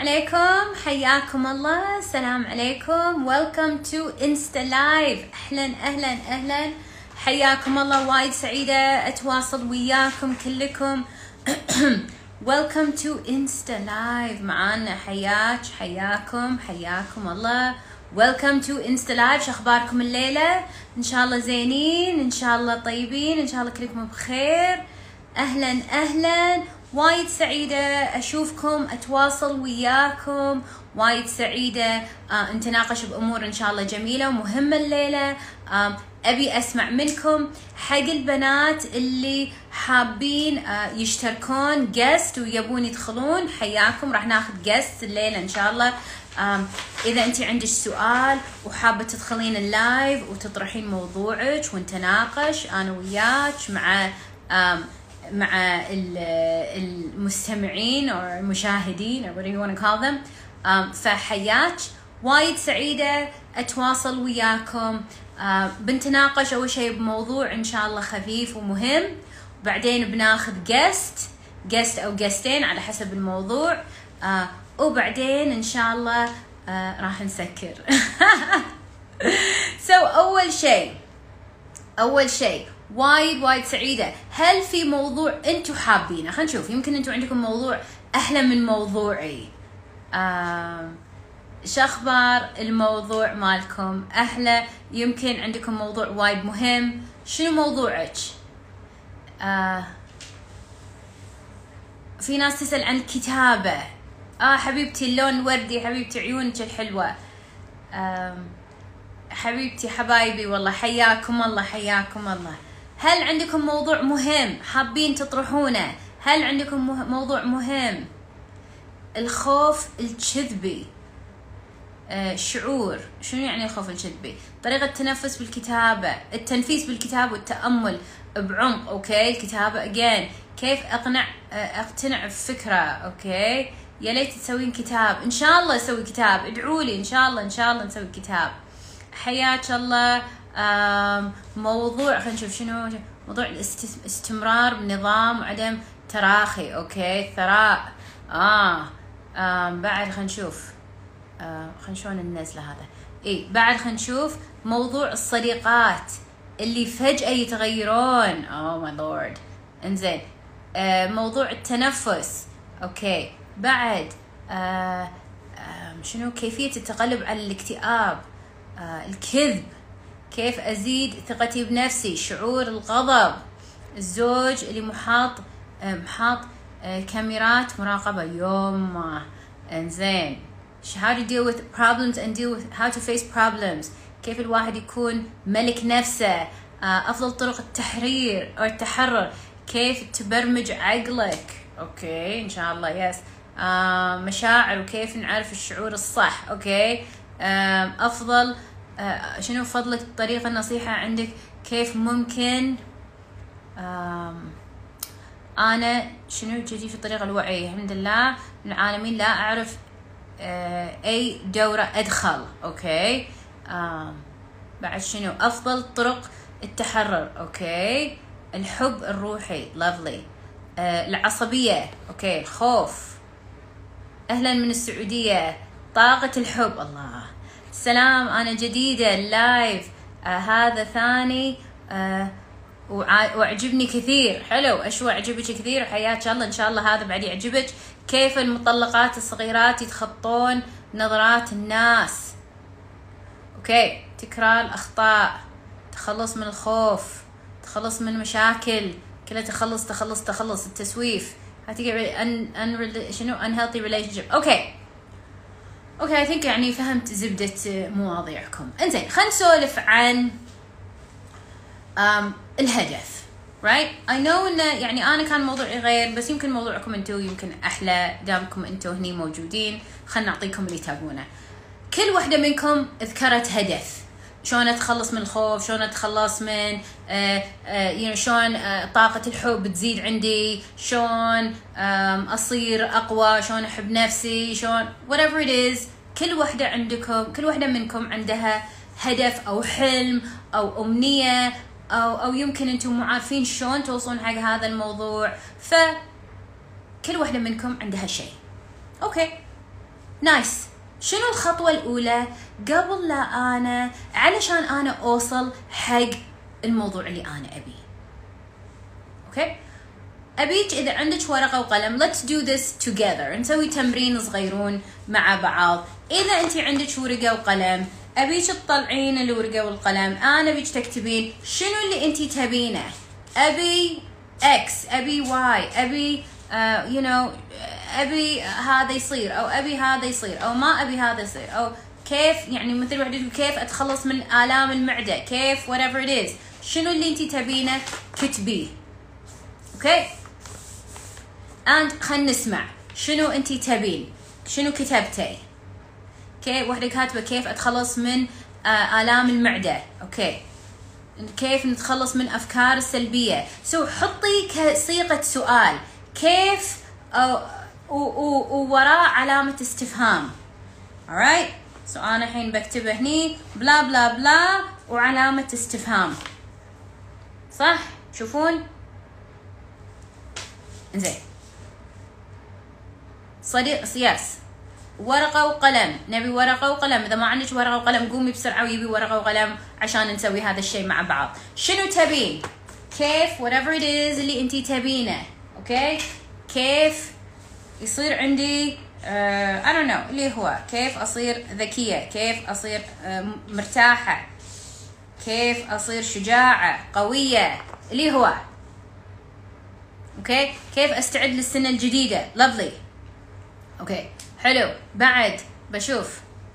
عليكم، حياكم الله. السلام عليكم. Welcome to Insta Live. أهلا أهلا أهلا، حياكم الله. وايد سعيدة أتواصل وياكم كلكم. Welcome to Insta Live. معانا حياكم الله. Welcome to Insta Live. شو أخباركم الليلة؟ إن شاء الله زينين، إن شاء الله طيبين، إن شاء الله كلكم بخير. أهلا أهلا، وايد سعيدة أشوفكم، أتواصل وياكم، وايد سعيدة نتناقش بأمور إن شاء الله جميلة ومهمة الليلة. أبي أسمع منكم. حق البنات اللي حابين يشتركون guest ويبون يدخلون، حياكم، راح ناخذ guest الليلة إن شاء الله. إذا أنت عندك سؤال وحابة تدخلين اللايف وتطرحين موضوعك ونتناقش أنا وياك مع المستمعين أو المشاهدين أو whatever you want to call them. فحياك، وايد سعيدة أتواصل وياكم. بنتناقش أول شيء بموضوع إن شاء الله خفيف ومهم، وبعدين بناخذ guest أو guestين على حسب الموضوع، وبعدين إن شاء الله راح نسكر. أول شيء وايد سعيدة. هل في موضوع انتو حابينه؟ خلينا نشوف، يمكن انتو عندكم موضوع احلى من موضوعي. شو اخبار الموضوع مالكم؟ احلى، يمكن عندكم موضوع وايد مهم. شنو موضوعك؟ في ناس تسأل عن الكتابة. حبيبتي اللون الوردي، حبيبتي عيونك الحلوة، حبيبتي حبايبي، والله حياكم الله. هل عندكم موضوع مهم حابين تطرحونه؟ هل عندكم موضوع مهم؟ الخوف الكذبي، شعور. شنو يعني الخوف الكذبي؟ طريقة التنفيس بالكتابة والتأمل بعمق. اوكي، الكتابة again، كيف اقتنع بفكرة. اوكي، يا ليت تسوين كتاب، ان شاء الله اسوي كتاب، ادعوا لي ان شاء الله نسوي كتاب. حياك الله. موضوع، خلينا نشوف شنو موضوع الاستمرار بنظام وعدم تراخي. اوكي، ثراء. بعد خلينا نشوف شلون النزلة هذا. بعد خلينا نشوف موضوع الصديقات اللي فجأة يتغيرون. ماي لورد. انزين، موضوع التنفس. اوكي، بعد شنو كيفية التغلب على الاكتئاب، الكذب، كيف أزيد ثقتي بنفسي، شعور الغضب، الزوج اللي محاط كاميرات مراقبة. يوم انزين، how to deal with problems and how to face problems، كيف الواحد يكون ملك نفسه، أفضل طرق التحرر، كيف تبرمج عقلك. اوكي ان شاء الله. يس. مشاعر وكيف نعرف الشعور الصح. اوكي، افضل شنو فضلك طريقة النصيحة عندك، كيف ممكن انا شنو جدي في الطريقة الوعي، الحمد لله من العالمين، لا اعرف اي دورة ادخل. اوكي، بعد شنو افضل طرق التحرر. اوكي، الحب الروحي، lovely. العصبية. اوكي، الخوف. اهلا من السعودية. طاقة الحب. الله، سلام، انا جديدة اللايف هذا ثاني وعجبني كثير. حلو، اشوى عجبك كثير، حياك الله، ان شاء الله هذا بعد يعجبك. كيف المطلقات الصغيرات يتخطون نظرات الناس. اوكي، تكرار الاخطاء، تخلص من الخوف، تخلص من مشاكل كلها، تخلص التسويف، هتيجي شنو unhealthy relationship. اوكي I think يعني فهمت زبدة مواضيعكم. انزين، خلينا نسولف عن الهدف. right I know انه يعني انا كان موضوعي غير، بس يمكن موضوعكم انتو يمكن احلى دامكم انتو هني موجودين. خلنا نعطيكم اللي تبونه. كل واحدة منكم ذكرت هدف، شلون اتخلص من الخوف، شلون اتخلص من شلون طاقة الحب تزيد عندي، شلون اصير اقوى، شلون احب نفسي، شلون whatever it is. كل واحدة منكم عندها هدف او حلم او امنية او يمكن انتم مو عارفين شلون توصلون حق هذا الموضوع. فكل واحدة منكم عندها شيء. اوكي، نايس. شنو الخطوة الأولى قبل لا أنا علشان أنا أوصل حق الموضوع اللي أنا أبيه؟ أوكي؟ أبيك إذا عندك ورقة وقلم let's do this together، نسوي تمرين صغيرون مع بعض. إذا أنت عندك ورقة وقلم أبيك تطلعين الورقة والقلم، أنا أبيك تكتبين شنو اللي أنت تبينه. أبي X، أبي Y، أبي you know أبي هذا يصير، أو أبي هذا يصير، أو ما أبي هذا يصير، أو كيف يعني مثل واحدة تقول كيف أتخلص من آلام المعدة، كيف whatever it is، شنو اللي أنت تبينه كتبيه. أوكي؟ and خلنا نسمع شنو أنت تبين، شنو كتبتي. اوكي، وحده كاتبه كيف اتخلص من آلام المعدة. اوكي، كيف نتخلص من افكار السلبية. حطي كصيغة سؤال كيف ووراء علامة استفهام. alright، انا الحين بكتبه هني بلا بلا بلا وعلامة استفهام، صح؟ شوفون زين. صديق يس، ورقة وقلم، نبي ورقة وقلم. إذا ما عندك ورقة وقلم قومي بسرعة ويبي ورقة وقلم عشان نسوي هذا الشيء مع بعض. شنو تبين؟ كيف whatever it is اللي أنتي تبينه. أوكي؟ كيف يصير عندي I don't know اللي هو كيف أصير ذكية، كيف أصير مرتاحة، كيف أصير شجاعة قوية، اللي هو أوكي؟ كيف أستعد للسنة الجديدة. lovely. أوكي حلو. بعد بشوف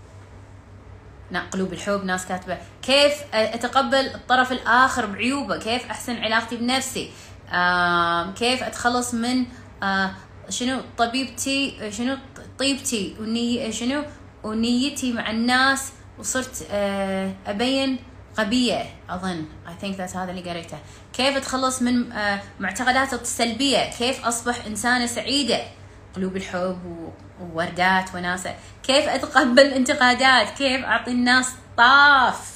قلوب الحب، ناس كاتبه كيف اتقبل الطرف الاخر بعيوبه، كيف احسن علاقتي بنفسي، كيف اتخلص من شنو طبيبتي، شنو طيبتي شنو ونيتي مع الناس وصرت ابين غبيه. اظن I think that's هذا اللي قريته. كيف اتخلص من معتقدات السلبيه، كيف اصبح انسانه سعيده، قلوب الحب ووردات وناسة. كيف أتقبل الانتقادات، كيف أعطي الناس طاف.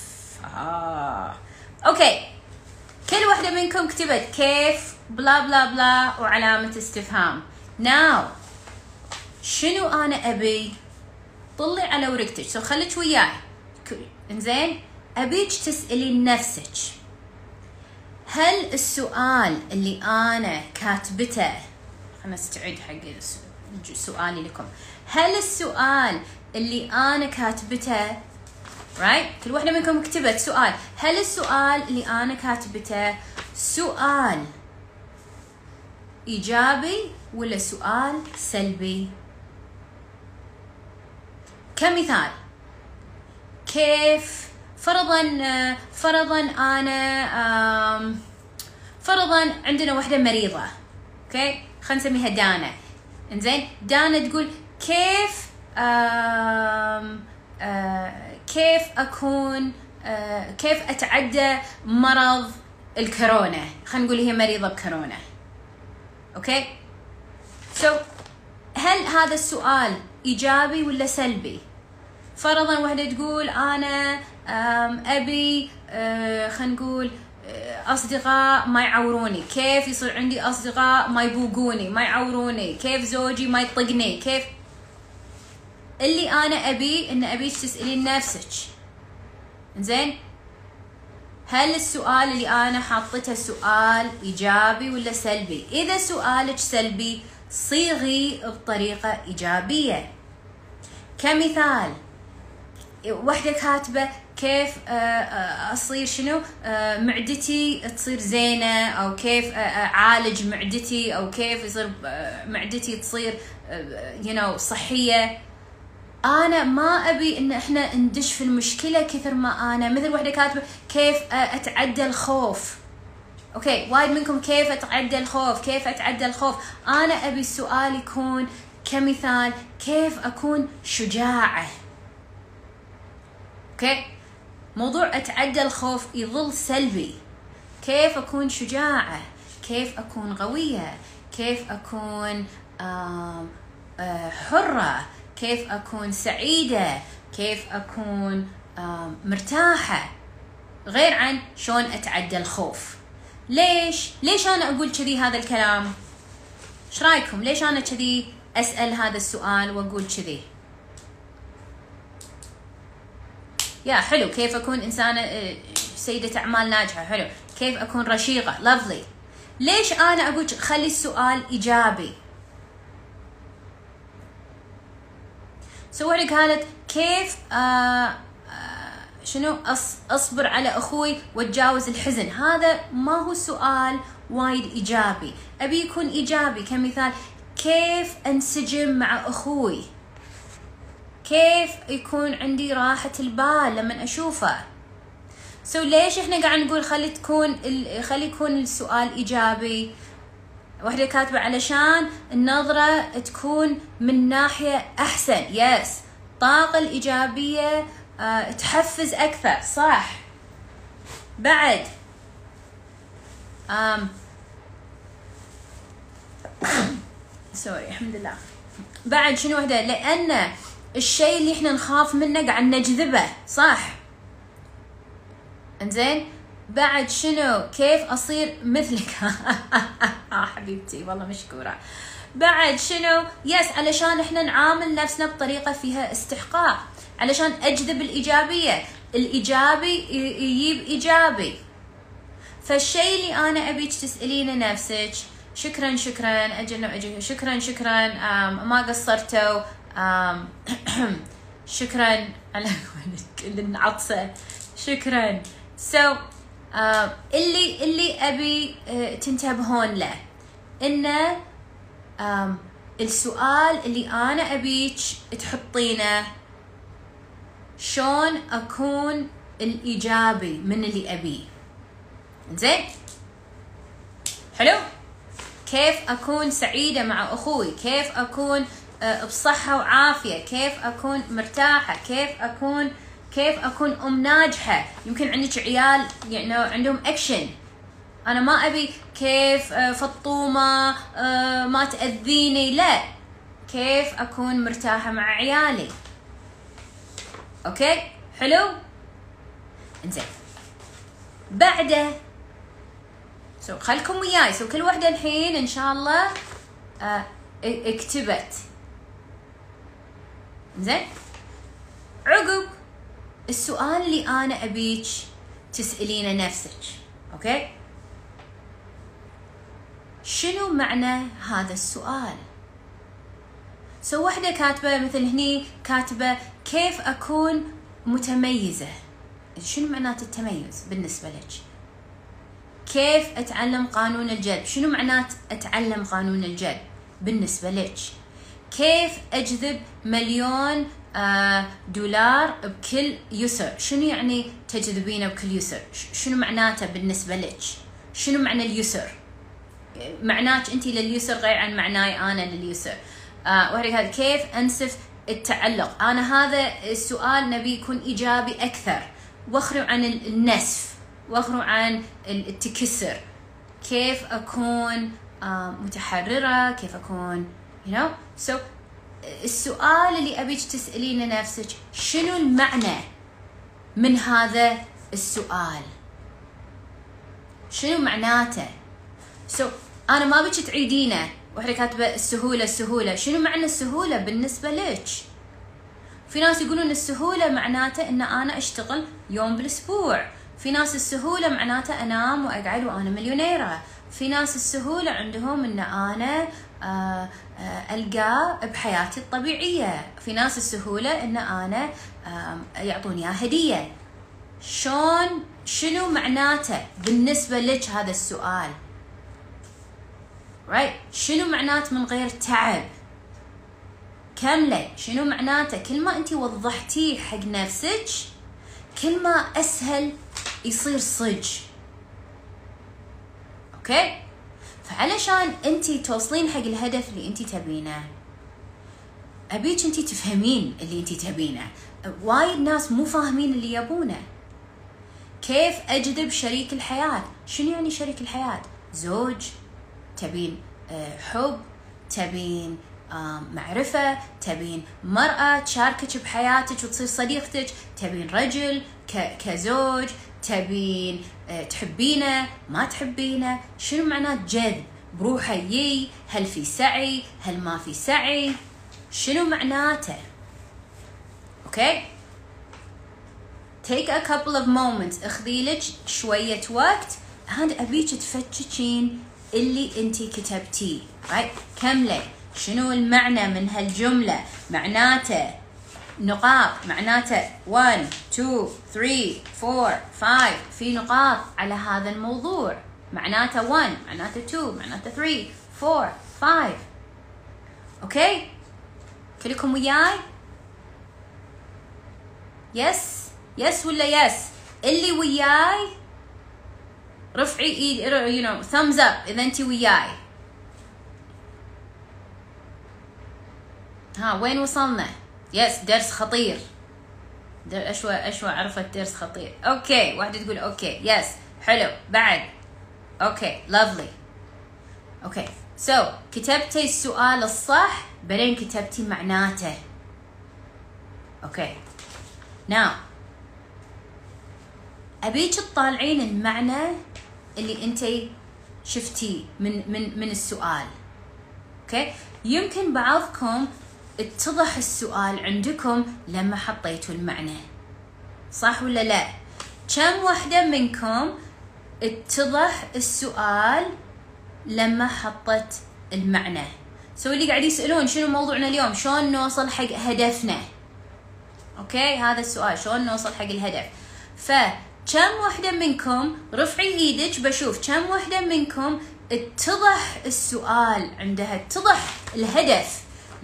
أوكي، كل واحدة منكم كتبت كيف بلا بلا بلا وعلامة استفهام. ناو شنو أنا أبي؟ طلي على ورقتك، خليك وياي. إنزين، أبيك تسألين نفسك هل السؤال اللي أنا كاتبته، خلنا نستعد حق سؤالي لكم، هل السؤال اللي أنا كاتبته right؟ كل واحدة منكم كتبت سؤال، هل السؤال اللي أنا كاتبته سؤال إيجابي ولا سؤال سلبي؟ كمثال، كيف فرضا أنا فرضا عندنا واحدة مريضة، أوكي؟ خلينا نسميها دانا. إنزين، دانا تقول كيف كيف أكون كيف أتعدى مرض الكورونا. خلينا نقول هي مريضة بكورونا. أوكي؟ هل هذا السؤال إيجابي ولا سلبي؟ فرضا واحدة تقول أنا أبي خلينا نقول أصدقاء ما يعوروني، كيف يصير عندي أصدقاء ما يبوقوني ما يعوروني، كيف زوجي ما يطقني، كيف. اللي أنا أبي إن أبيك تسألين نفسك زين، هل السؤال اللي أنا حاطته سؤال إيجابي ولا سلبي؟ إذا سؤالك سلبي صيغي بطريقة إيجابية. كمثال، واحدة كاتبة كيف أصير شنو معدتي تصير زينة، أو كيف أعالج معدتي، أو كيف يصير معدتي تصير صحية. أنا ما أبي إن إحنا ندش في المشكلة كثر ما أنا مثل واحدة كاتبة كيف أتعدى الخوف. أوكي، وايد منكم كيف أتعدى الخوف، كيف أتعدى الخوف. أنا أبي السؤال يكون كمثال كيف أكون شجاعة. اوكي، موضوع اتعدى الخوف يظل سلبي. كيف اكون شجاعة، كيف اكون قوية، كيف اكون حرة، كيف اكون سعيدة، كيف اكون مرتاحة، غير عن شلون اتعدى الخوف. ليش انا اقول كذي هذا الكلام؟ ايش رايكم؟ ليش انا كذي اسأل هذا السؤال واقول كذي؟ يا حلو. كيف اكون انسانه سيده اعمال ناجحه؟ حلو. كيف اكون رشيقه؟ لافلي. ليش انا اقول خلي السؤال ايجابي؟ سوالي قالت كيف شنو اصبر على اخوي واتجاوز الحزن. هذا ما هو سؤال وايد ايجابي. ابي يكون ايجابي. كمثال كيف انسجم مع اخوي؟ كيف يكون عندي راحة البال لما اشوفه؟ ليش احنا قاعد نقول خلي يكون السؤال ايجابي؟ واحدة كاتبة علشان النظرة تكون من ناحية احسن. يس، الطاقة الايجابية تحفز اكثر. صح. بعد سوري الحمد لله. بعد شنو وحده؟ لان الشيء اللي احنا نخاف منه قاعد نجذبه. صح. انزين. بعد شنو؟ كيف اصير مثلك؟ حبيبتي والله مشكوره. بعد شنو؟ يس، علشان احنا نعامل نفسنا بطريقه فيها استحقاق، علشان اجذب الايجابيه. الايجابي يجيب ايجابي. فالشيء اللي انا ابيك تسالينه نفسك شكرا شكرا ما قصرتوا، شكرا على العطسه، شكرا. اللي ابي تنتبهون له انه السؤال اللي انا ابيك تحطينه شلون اكون الايجابي من اللي ابيه. زين. حلو. كيف اكون سعيده مع اخوي؟ كيف اكون بصحه وعافيه؟ كيف اكون مرتاحه؟ كيف اكون ام ناجحه؟ يمكن عندك عيال يعني عندهم اكشن. انا ما ابي كيف فطومه ما تاذيني، لا، كيف اكون مرتاحه مع عيالي. اوكي حلو. انزين. بعده خلكم وياي. كل وحده الحين ان شاء الله اكتبت. زين. عقب السؤال اللي انا ابيك تسالينه نفسك، اوكي، شنو معنى هذا السؤال؟ وحده كاتبه مثل هني، كاتبه كيف اكون متميزه. شنو معنات التميز بالنسبه لك؟ كيف اتعلم قانون الجذب؟ شنو معنات اتعلم قانون الجذب بالنسبه لك؟ كيف اجذب $1,000,000 بكل يسر؟ شنو يعني تجذبينه بكل يسر؟ شنو معناته بالنسبه لك؟ شنو معنى اليسر؟ معناك انت لليسر غير عن معناي انا لليسر. وهذا كيف انسف التعلق. انا هذا السؤال نبي يكون ايجابي اكثر، واخروا عن النسف، واخروا عن التكسر. كيف اكون متحرره؟ كيف اكون السؤال اللي ابيك تسالينه نفسك شنو المعنى من هذا السؤال؟ شنو معناته؟ انا ما بيك تعيدينه. وحده كاتبه السهوله. شنو معنى السهوله بالنسبه لك؟ في ناس يقولون السهوله معناته ان انا اشتغل يوم بالاسبوع. في ناس السهوله معناته انام واقعد وانا مليونيره. في ناس السهوله عندهم ان انا القاه بحياتي الطبيعيه. في ناس السهوله ان انا يعطوني هديه. شنو معناته بالنسبه لك هذا السؤال؟ شنو معناته من غير تعب؟ كمله. شنو معناته؟ كل ما انت وضحتيه حق نفسك كل ما اسهل يصير صج. اوكي. فعلشان انت توصلين حق الهدف اللي انت تبينه، ابيك انت تفهمين اللي انت تبينه. وايد ناس مو فاهمين اللي يبونه. كيف اجذب شريك الحياه؟ شنو يعني شريك الحياه؟ زوج؟ تبين حب؟ تبين معرفة؟ تبين مرأة تشاركك بحياتك وتصير صديقتك؟ تبين رجل كزوج؟ تبين تحبينه ما تحبينه؟ شنو معنات جذب؟ بروحه يي؟ هل في سعي؟ هل ما في سعي؟ شنو معناته؟ اوكي. take a couple of moments، اخذي لك شوية وقت، هذا أبيك تفتشين اللي انتي كتبتيه. right؟ كملي شنو المعنى من هالجملة، معناته نقاط، معناته 1 2 3 4 5 في نقاط على هذا الموضوع، معناته 1 معناته 2 معناته 3 4 5. اوكي كلكم وياي؟ يس ولا يس؟ اللي وياي رفعي ايد thumbs up اذا انتي وياي. ها وين وصلنا؟ يس درس خطير. اشوى عرفت درس خطير. اوكي واحدة تقول اوكي يس حلو بعد. اوكي lovely. اوكي كتبتي السؤال الصح بعدين كتبتي معناته. اوكي now ابيك تطالعين المعنى اللي انتي شفتيه من السؤال. اوكي يمكن بعضكم اتضح السؤال عندكم لما حطيتوا المعنى، صح ولا لا؟ كم وحدة منكم اتضح السؤال لما حطت المعنى؟ اللي قاعد يسألون شنو موضوعنا اليوم، شلون نوصل حق هدفنا. اوكي هذا السؤال، شلون نوصل حق الهدف. فكم وحدة منكم رفعي ايدك بشوف كم وحدة منكم اتضح السؤال عندها، اتضح الهدف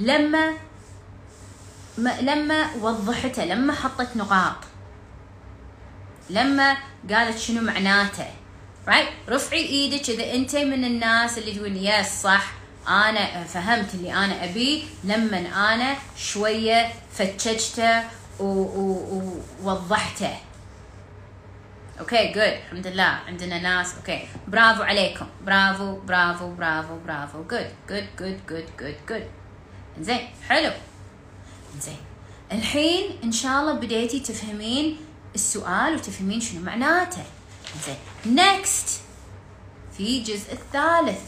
لما وضحته، لما حطت نقاط، لما قالت شنو معناته. right؟ رفعي ايدك اذا انت من الناس اللي تقول يس صح انا فهمت اللي انا ابيه لما انا شويه فتشته ووضحته. اوكي جود الحمد لله عندنا ناس. اوكي برافو عليكم، برافو برافو برافو برافو. جود جود جود جود جود جود. زين حلو. زين الحين ان شاء الله بديتي تفهمين السؤال وتفهمين شنو معناته. زين نكست في الجزء الثالث.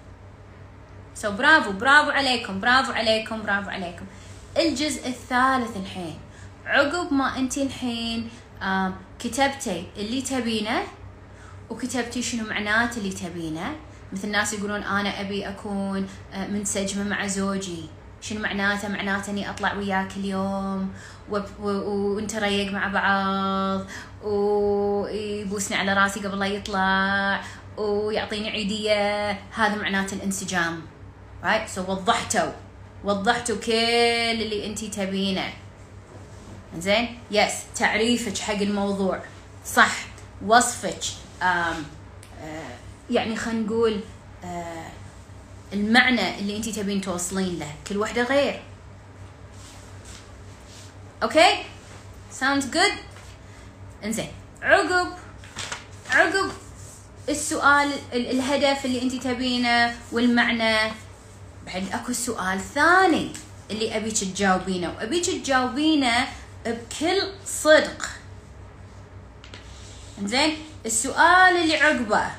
برافو برافو عليكم برافو عليكم برافو عليكم. الجزء الثالث الحين عقب ما انتي الحين كتبتي اللي تبينه وكتبتي شنو معناته اللي تبينه. مثل الناس يقولون انا ابي اكون منسجمة مع زوجي، شنو معناته؟ معناته اني اطلع وياك اليوم ونتريق مع بعض ويبوسني على راسي قبل لا يطلع ويعطيني عيدية، هذا معناته الانسجام. right؟ وضحتوا كل اللي انتي تبينه. زين يس تعريفك حق الموضوع صح، وصفك يعني خلينا نقول المعنى اللي انتي تبين توصلين له، كل وحدة غير. اوكي sounds good. انزين عقب السؤال الهدف اللي انتي تبينه والمعنى، بعد اكو سؤال ثاني اللي ابيك تجاوبينه، وابيك تجاوبينه بكل صدق. انزين السؤال اللي عقبه،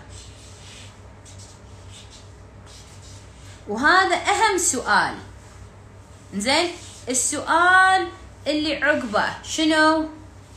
وهذا اهم سؤال. انزين السؤال اللي عقبه شنو؟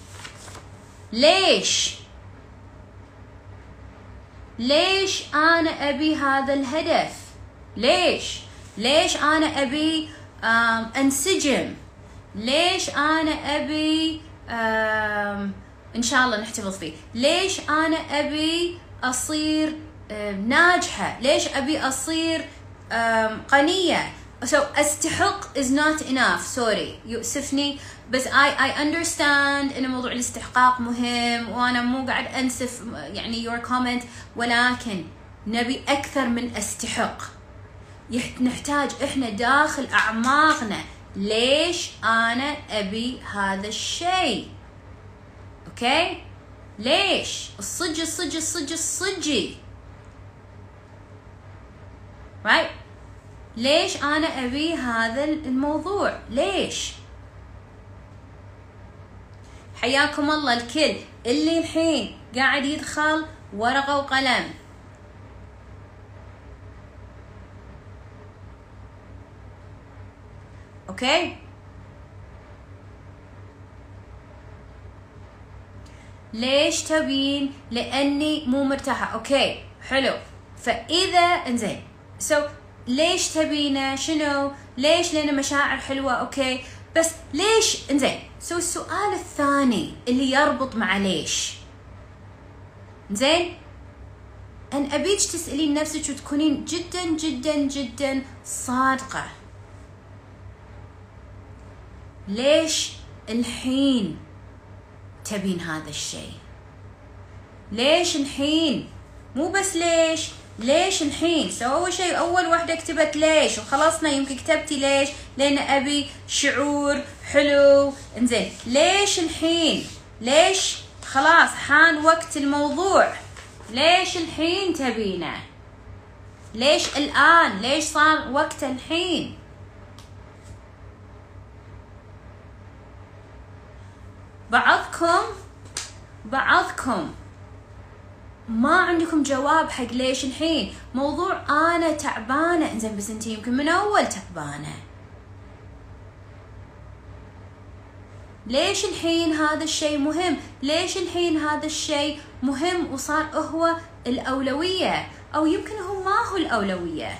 ليش انا ابي هذا الهدف؟ ليش انا ابي انسجم؟ ليش انا ابي ان شاء الله نحتفظ فيه؟ ليش انا ابي اصير ناجحة؟ ليش ابي اصير غنية؟ استحق is not enough. sorry يؤسفني بس I understand ان موضوع الاستحقاق مهم وانا مو قاعد انسف يعني your comment، ولكن نبي اكثر من استحق. نحتاج احنا داخل اعماقنا ليش انا ابي هذا الشيء. اوكي ليش؟ الصجي right؟ ليش انا ابي هذا الموضوع؟ ليش؟ حياكم الله الكل اللي الحين قاعد يدخل ورقة وقلم. اوكي ليش تبين؟ لاني مو مرتاحه. اوكي حلو. فاذا انزين ليش تبينه؟ شنو؟ ليش؟ لان مشاعر حلوه. اوكي بس ليش؟ انزين السؤال الثاني اللي يربط مع ليش، زين أن أبيك تسألين نفسك وتكونين جدا جدا جدا صادقة. ليش الحين تبين هذا الشيء؟ ليش الحين؟ مو بس ليش الحين؟ أول شيء أول واحدة كتبت ليش وخلصنا. يمكن كتبتي ليش لأن أبي شعور حلو. انزين ليش الحين؟ ليش؟ خلاص حان وقت الموضوع. ليش الحين تبينه؟ ليش الآن؟ ليش صار وقت الحين؟ بعضكم ما عندكم جواب حق ليش الحين. موضوع أنا تعبانة. إنزين بس أنت يمكن من أول تعبانة. ليش الحين هذا الشيء مهم؟ ليش الحين هذا الشيء مهم وصار هو الأولوية؟ أو يمكن هو ما هو الأولوية.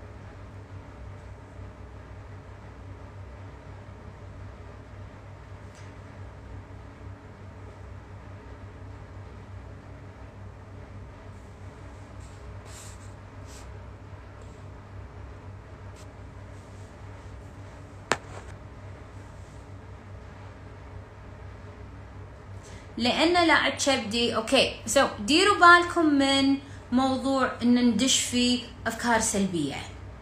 لأن لا كبدي. اوكي ديروا بالكم من موضوع ان ندش في افكار سلبية.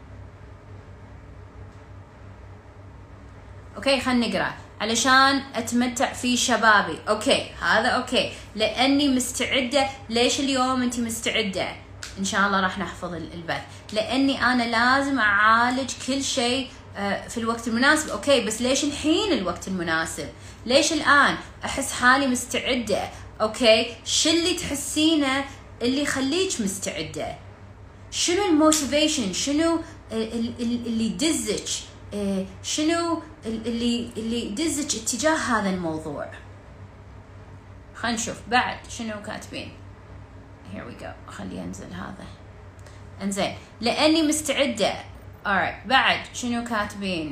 اوكي خلينا نقرا علشان اتمتع في شبابي. اوكي هذا اوكي لاني مستعدة. ليش اليوم انت مستعدة؟ ان شاء الله راح نحفظ البث. لاني انا لازم اعالج كل شيء في الوقت المناسب. اوكي بس ليش الحين الوقت المناسب؟ ليش الآن؟ أحس حالي مستعدة. أوكي شو اللي تحسينه اللي يخليك مستعدة؟ شنو الموتيفيشن؟ شنو اللي يدزك؟ شنو اللي يدزك اتجاه هذا الموضوع؟ خلينا نشوف بعد شنو كاتبين. here we go. خليه ينزل هذا. انزين لأني مستعدة. alright بعد شنو كاتبين؟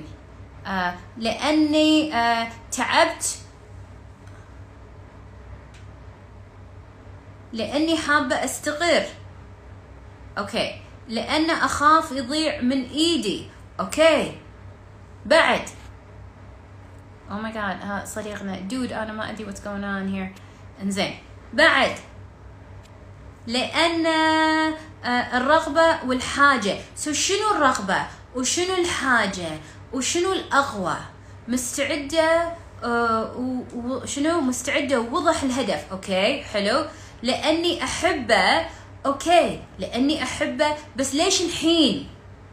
لأني تعبت. لأني حابة أستقر. أوكي لأن أخاف يضيع من إيدي. أوكي بعد oh my god صديقنا dude أنا ما أدري what's going on here. إنزين بعد لأن الرغبة والحاجة. شنو الرغبة وشنو الحاجة وشنو الأقوى؟ مستعدة وشنو مستعدة ووضح الهدف. أوكي حلو. لأني أحبه. أوكي لأني أحبه بس ليش الحين؟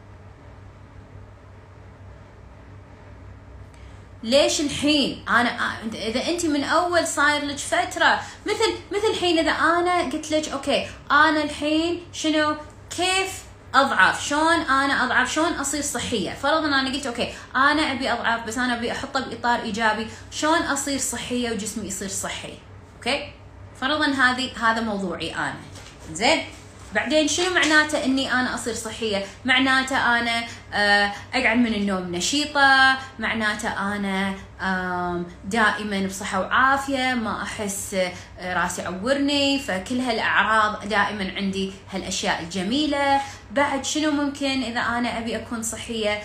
ليش الحين؟ أنا إذا أنت من أول صاير لك فترة مثل الحين إذا أنا قلت لك أوكي أنا الحين شنو كيف اضعف؟ شلون انا اضعف؟ شلون اصير صحيه؟ فرضا انا قلت اوكي انا ابي اضعف بس انا ابي احطه باطار ايجابي. شلون اصير صحيه وجسمي يصير صحي؟ اوكي فرضا هذا موضوعي انا. زين بعدين شنو معناته اني انا اصير صحيه؟ معناته انا اقعد من النوم نشيطه. معناته انا دائما بصحه وعافيه. ما احس راسي عورني. فكل هالاعراض دائما عندي هالاشياء الجميله. بعد شنو ممكن اذا انا ابي اكون صحيه؟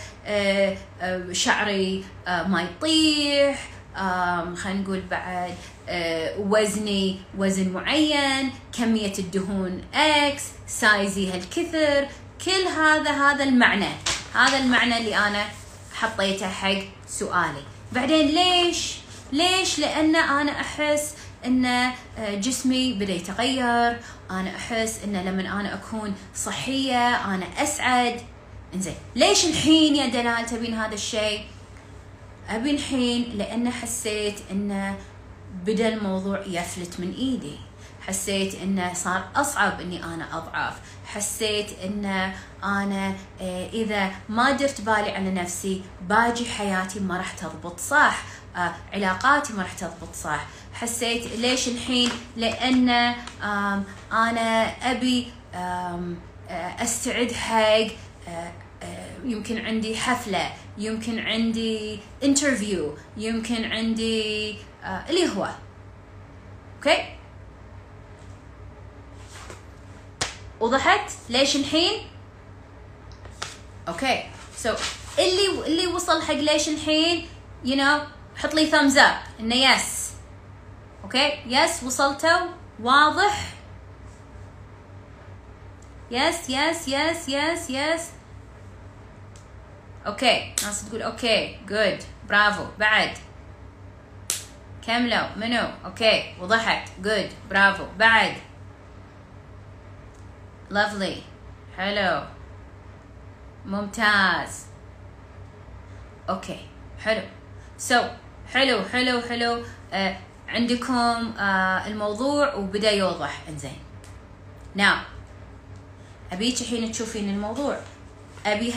شعري ما يطيح. خلينا نقول بعد وزني وزن معين. كمية الدهون اكس. سايزي هالكثر. كل هذا المعنى. هذا المعنى اللي انا حطيته حق سؤالي. بعدين ليش؟ لان انا احس ان جسمي بدا يتغير. انا احس ان لما انا اكون صحية انا اسعد. انزين ليش الحين يا دلال تبين هذا الشيء؟ ابي الحين لان حسيت ان بدا الموضوع يفلت من ايدي. حسيت انه صار اصعب اني انا اضعف. حسيت ان انا اذا ما درت بالي على نفسي باجي حياتي ما راح تضبط صح. علاقاتي ما راح تضبط صح. حسيت ليش الحين؟ لأن أنا أبي أستعد حق يمكن عندي حفلة، يمكن عندي انترفيو، يمكن عندي اللي هو اوكي. وضحت ليش الحين؟ اوكي سو اللي وصل حق ليش الحين حط لي thumbs up انه يس. اوكي يس وصلتوا؟ واضح؟ يس يس يس يس يس. اوكي ناس تقول اوكي جود برافو. بعد كملوا. منو؟ اوكي وضحت جود برافو. بعد lovely حلو ممتاز. اوكي حلو حلو حلو حلو. عندكم الموضوع وبدأ يوضح. انزين ناو ابيك الحين تشوفين الموضوع. ابي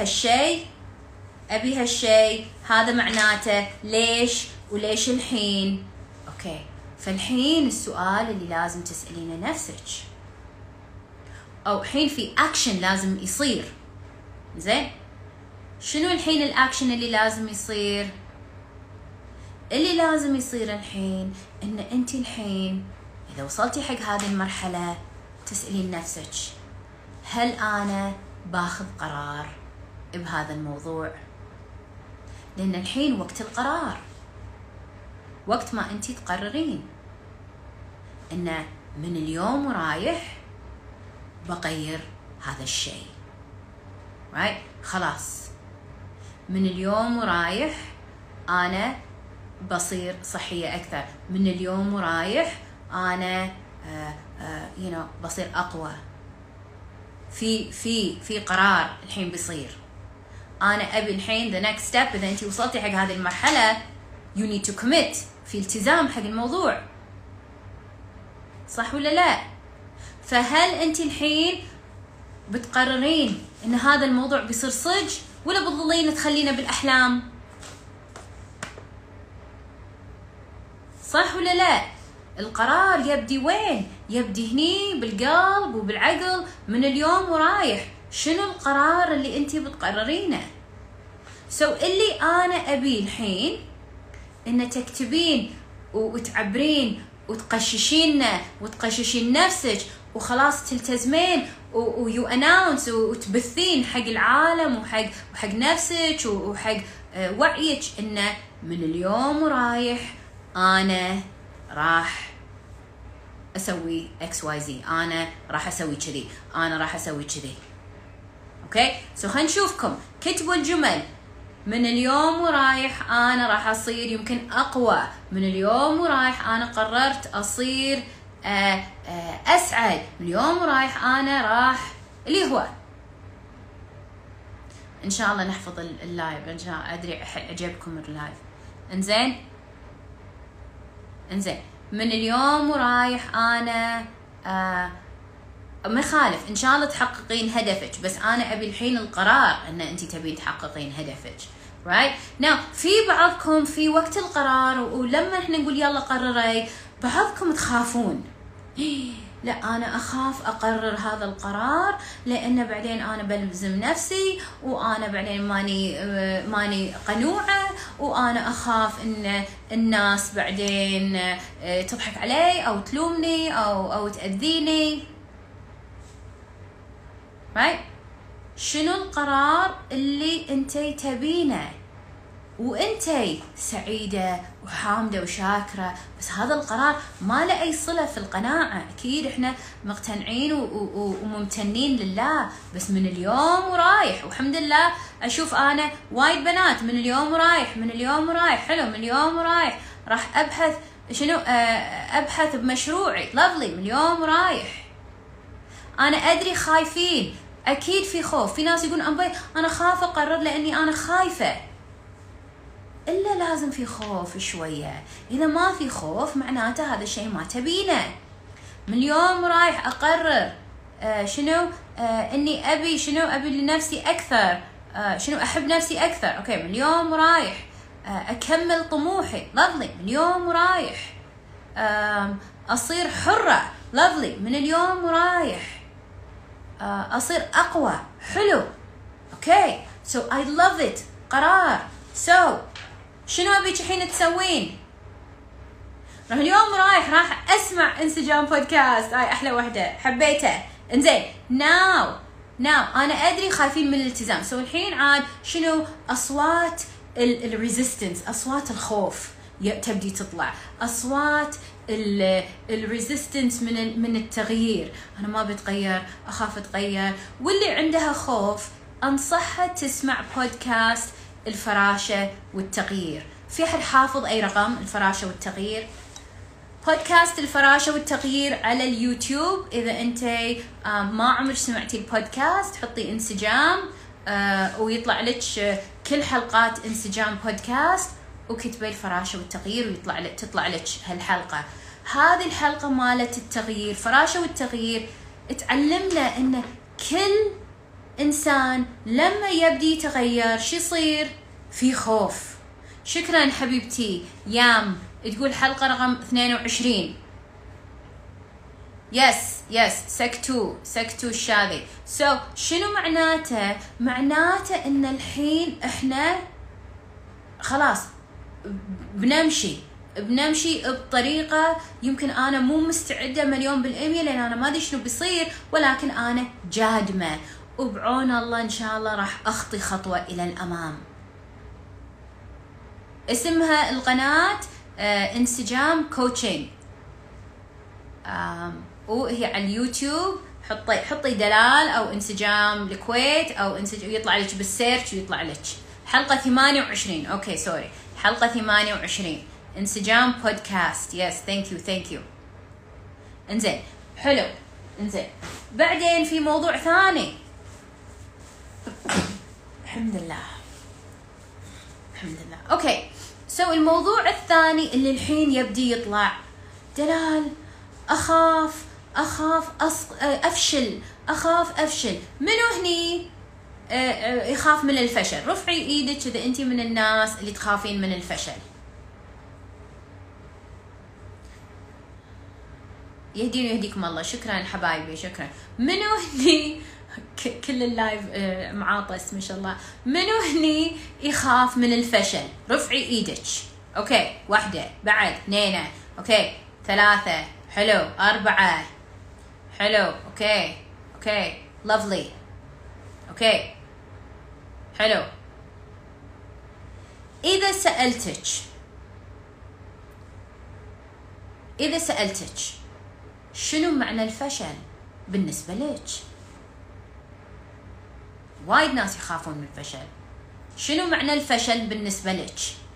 هالشيء هذا معناته ليش وليش الحين. اوكي فالحين السؤال اللي لازم تسألينه نفسك، او الحين في اكشن لازم يصير. زين شنو الحين الاكشن اللي لازم يصير؟ اللي لازم يصير الحين ان انت الحين اذا وصلتي حق هذه المرحلة تسألين نفسك هل انا باخذ قرار بهذا الموضوع؟ لان الحين وقت القرار، وقت ما انت تقررين ان من اليوم ورايح بغير هذا الشيء. right خلاص من اليوم ورايح انا بصير صحية اكثر، من اليوم ورايح انا بصير اقوى. في قرار الحين بيصير. انا ابي الحين the next step. اذا انت وصلتي حق هذه المرحلة you need to commit، في التزام حق الموضوع، صح ولا لا؟ فهل انت الحين بتقررين ان هذا الموضوع بيصير صج ولا بتظلين تخلينا بالاحلام؟ صح ولا لا؟ القرار يبدي وين؟ يبدي هني بالقلب وبالعقل من اليوم ورايح. شنو القرار اللي انت بتقررينه؟ اللي انا ابي الحين ان تكتبين وتعبرين وتقششين نفسك وخلاص تلتزمين ويو اناونس وتبثين حق العالم وحق نفسك وحق وعيك انه من اليوم ورايح انا راح اسوي XYZ، انا راح اسوي كذي، انا راح اسوي كذي. اوكي خلينا نشوفكم كتبوا الجمل. من اليوم ورايح انا راح اصير يمكن اقوى، من اليوم ورايح انا قررت اصير اسعد، من اليوم ورايح انا راح اللي هو. ان شاء الله نحفظ اللايف، ان شاء الله ادري عجبكم اللايف. انزين من اليوم ورايح انا ما يخالف ان شاء الله تحققين هدفك، بس انا ابي الحين القرار ان انت تبين تحققين هدفك. right now في بعضكم في وقت القرار ولما احنا نقول يلا قرري بعضكم تخافون. لا انا اخاف اقرر هذا القرار لان بعدين انا بلزم نفسي وانا بعدين ماني قنوعه وانا اخاف ان الناس بعدين تضحك علي او تلومني او تاذيني. right شنو القرار اللي انتي تبينه وانتي سعيدة وحامدة وشاكرة؟ بس هذا القرار ما له اي صلة في القناعة. اكيد احنا مقتنعين وممتنين لله، بس من اليوم ورايح والحمد لله اشوف انا وايد بنات من اليوم ورايح حلو، من اليوم ورايح راح ابحث ابحث بمشروعي لافلي، من اليوم ورايح. انا ادري خايفين، اكيد في خوف، في ناس يقولون انا خاف اقرر لاني انا خايفة. إلا لازم في خوف شوية. إذا ما في خوف معناته هذا الشيء ما تبينه. من اليوم رايح أقرر إني أبي أبي لنفسي أكثر، أحب نفسي أكثر. أوكي من اليوم رايح أكمل طموحي lovely من اليوم ورايح. أصير حرة lovely من اليوم ورايح. أصير أقوى حلو okay so I love it قرار. so شنو أبيك الحين تسوين؟ راح اليوم راح أسمع انسجام بودكاست. هاي أحلى وحدة حبيته. إنزين now أنا أدري خايفين من الالتزام. so الحين عاد شنو أصوات الريزيستنس، أصوات الخوف تبدي تطلع، أصوات الريزيستنس من التغيير. أنا ما بتغير، أخاف أتغير. واللي عندها خوف أنصحها تسمع بودكاست الفراشة والتغيير. في أحد حافظ أي رقم الفراشة والتغيير؟ بودكاست الفراشة والتغيير على اليوتيوب. إذا أنت ما عمرك سمعتي البودكاست حطي انسجام ويطلع لك كل حلقات انسجام بودكاست وكتبي الفراشة والتغيير تطلع لك هالحلقة. هذه الحلقة مالت التغيير، فراشة والتغيير، تعلمنا إن كل إنسان لما يبدي يتغير شو يصير؟ في خوف. شكرا حبيبتي يام، تقول حلقة رقم 22. يس سكتو الشاذي. شنو معناته؟ معناته ان الحين احنا خلاص بنمشي بطريقة يمكن انا مو مستعدة 100% لان انا ما ادري شنو بيصير، ولكن انا جادمة وبعون الله ان شاء الله راح اخطي خطوة الى الامام. اسمها القناة انسجام كوتشنج، وهي على اليوتيوب. حطي دلال او انسجام الكويت او انسجام يطلع لك بالسيرش ويطلع لك حلقة 28. اوكي سوري، حلقة 28 انسجام بودكاست. يس ثانك يو. انزين حلو. انزين بعدين في موضوع ثاني. الحمد لله. اوكي الموضوع الثاني اللي الحين يبدي يطلع، دلال اخاف افشل. منو هني يخاف من الفشل؟ رفعي ايدك اذا انتي من الناس اللي تخافين من الفشل. يهديني ويهديكم الله. شكرا حبايبي شكرا. منو هني كل اللايف معاطس ما شاء الله. منو هني يخاف من الفشل؟ رفعي ايدك. اوكي 1 بعد 2 اوكي 3 حلو 4 حلو اوكي lovely اوكي حلو. اذا سألتك شنو معنى الفشل بالنسبة لك؟ وايد ناس يخافون من الفشل. شنو معنى الفشل بالنسبة لك؟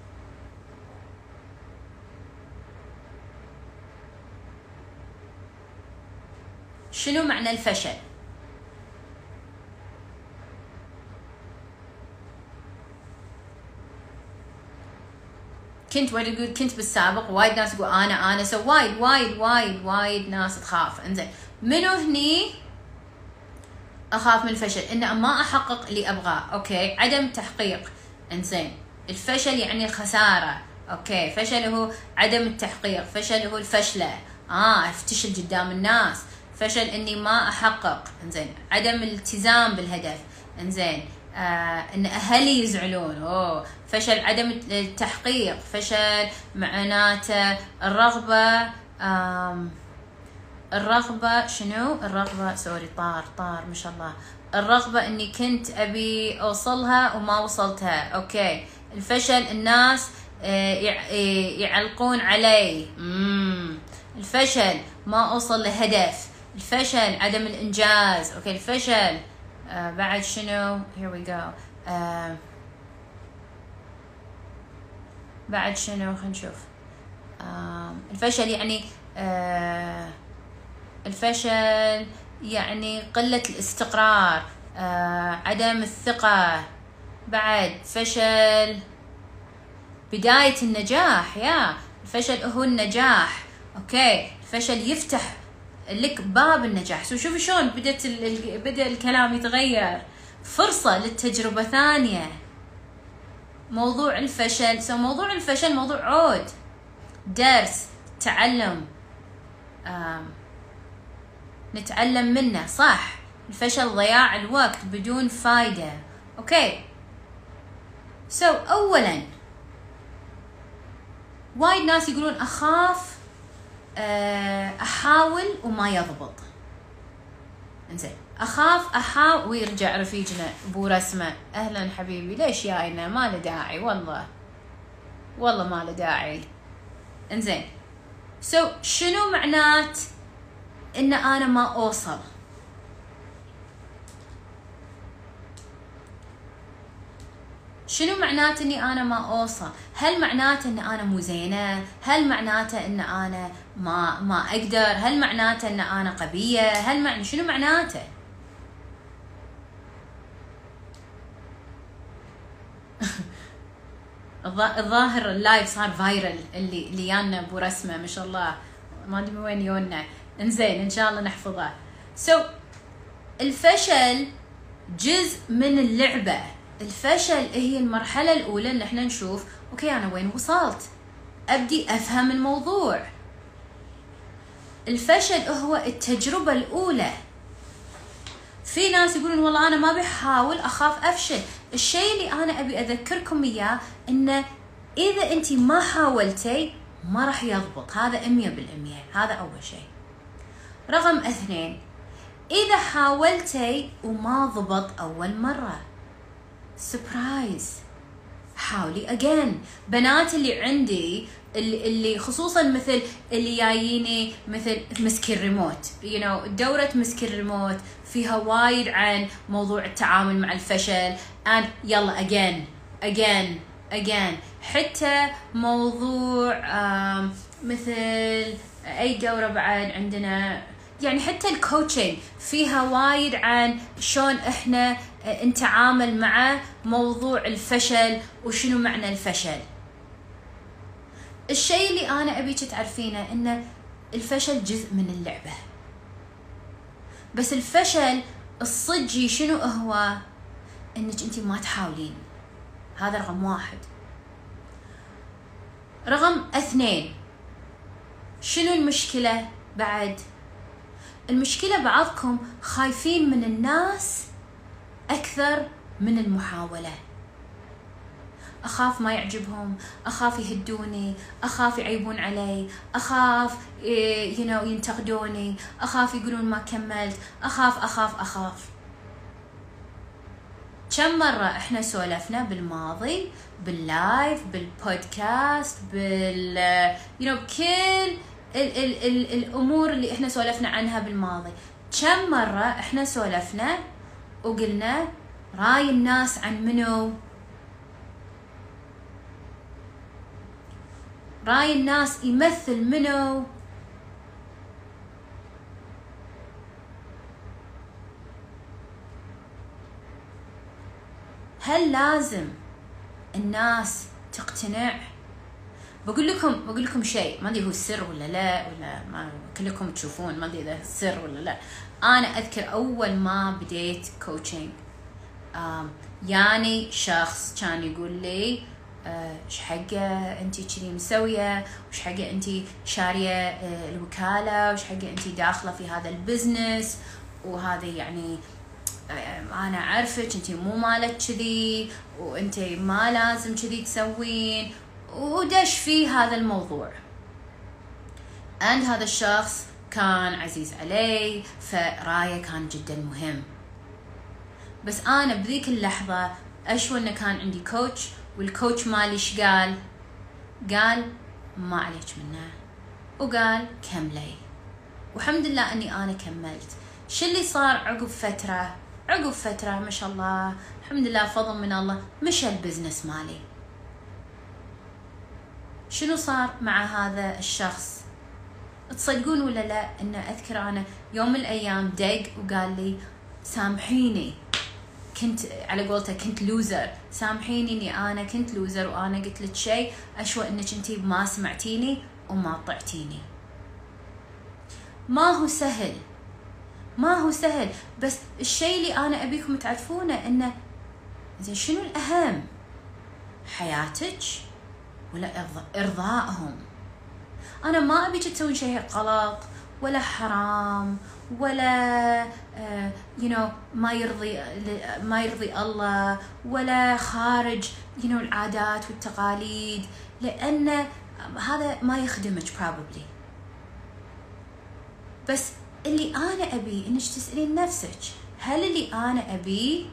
شنو معنى الفشل؟ كنت بالسابق وايد ناس يقول انا سو وايد ناس تخاف. انزين منو هني اخاف من الفشل؟ ان ما احقق اللي ابغاه. اوكي عدم تحقيق. انزين الفشل يعني الخسارة. اوكي فشل هو عدم التحقيق، فشل هو الفشلة. افتشل قدام الناس، فشل اني ما احقق. انزين عدم الالتزام بالهدف. انزين ان اهلي يزعلون. فشل عدم التحقيق. فشل معناته الرغبة شنو؟ الرغبة سوري طار ما شاء الله. الرغبة اني كنت ابي اوصلها وما وصلتها. اوكي الفشل الناس يعلقون علي. الفشل ما اوصل لهدف. الفشل عدم الانجاز. اوكي الفشل بعد شنو؟ here we go. بعد شنو؟ خلينا نشوف. الفشل يعني الفشل يعني قلة الاستقرار، عدم الثقة. بعد فشل بداية النجاح. الفشل هو النجاح. اوكي الفشل يفتح لك باب النجاح. شوفي شلون بدأ الكلام يتغير. فرصة للتجربة ثانية. موضوع الفشل. موضوع الفشل موضوع عود، درس، تعلم، نتعلم منه. صح، الفشل ضياع الوقت بدون فايدة. اوكي، اولا وايد ناس يقولون اخاف احاول وما يضبط. انزين، اخاف احاول ويرجع رفيجنا ابو رسمه، اهلا حبيبي، ليش جاينا؟ ما له داعي، والله ما له داعي. انزين، شنو معنات ان انا ما اوصل؟ شنو معناته اني انا ما اوصل؟ هل معناته ان انا مو زينه؟ هل معناته ان انا ما اقدر؟ هل معناته ان انا قبيه؟ شنو معناته؟ الظاهر اللايف صار فايرل، اللي يانا ابو رسمه ما شاء الله، ما ادري وين يونا. انزين، ان شاء الله نحفظه. الفشل جزء من اللعبه. الفشل هي المرحله الاولى ان احنا نشوف اوكي انا وين وصلت، ابدي افهم الموضوع. الفشل هو التجربه الاولى. في ناس يقولون والله انا ما بحاول، اخاف افشل. الشيء اللي انا ابي اذكركم اياه انه اذا انت ما حاولتي ما راح يضبط، هذا 100%. هذا اول شيء. رقم 2، اذا حاولتي وما ضبط اول مره، سبرايز، حاولي اجين. بنات اللي عندي اللي خصوصا مثل اللي جاييني مثل مسك الريموت، دورة مسك الريموت فيها وايد عن موضوع التعامل مع الفشل، يلا again. حتى موضوع مثل اي دورة بعد عندنا، حتى الكوتشنج فيها وايد عن شلون احنا نتعامل مع موضوع الفشل وشنو معنى الفشل. الشيء اللي انا ابيك تعرفينه ان الفشل جزء من اللعبة، بس الفشل الصجي شنو هو؟ انك انت ما تحاولين. هذا رقم 1. رقم 2، شنو المشكلة بعد؟ المشكلة بعضكم خايفين من الناس أكثر من المحاولة. أخاف ما يعجبهم، أخاف يهدوني، أخاف يعيبون علي، أخاف ينتقدوني، أخاف يقولون ما كملت، أخاف. كم مرة إحنا سولفنا بالماضي باللايف بالبودكاست بكل الأمور اللي إحنا سولفنا عنها بالماضي. كم مرة إحنا سولفنا وقلنا رأي الناس عن منو؟ رأي الناس يمثل منو؟ هل لازم الناس تقتنع؟ بقول لكم شيء، ما ادري هو السر ولا لا، ولا ما كلكم تشوفون، ما ادري اذا سر ولا لا. انا اذكر اول ما بديت كوتشنج شخص كان يقول لي ايش حقه انتي كذي مسويه، وش حقه انتي شاريه الوكاله، وش حقه انتي داخله في هذا البزنس، وهذه انا اعرفك انتي مو مالك كذي، وانتي ما لازم كذي تسوين، ودش في هذا الموضوع. هذا الشخص كان عزيز علي، فرايه كان جدا مهم. بس انا بذيك اللحظه اشوى انه كان عندي كوتش، والكوتش مالي ايش قال ما عليك منه، وقال كملي. والحمد لله اني انا كملت. شو اللي صار عقب فتره ما شاء الله الحمد لله فضل من الله مشى البزنس مالي. شنو صار مع هذا الشخص؟ تصدقون ولا لا ان اذكر انا يوم من الايام دق وقال لي سامحيني، كنت على قولته كنت لوزر، سامحيني اني انا كنت لوزر، وانا قلت لك شيء اشوى انك انتي ما سمعتيني وما طعتيني. ما هو سهل، بس الشيء اللي انا ابيكم تعرفونه انه زين شنو الاهم؟ حياتك ولا إرضائهم. أنا ما أبيك تسوين شيء غلط ولا حرام ولا ما يرضي الله، ولا خارج العادات والتقاليد، لأن هذا ما يخدمك probably. بس اللي أنا أبي إنك تسألين نفسك، هل اللي أنا أبيه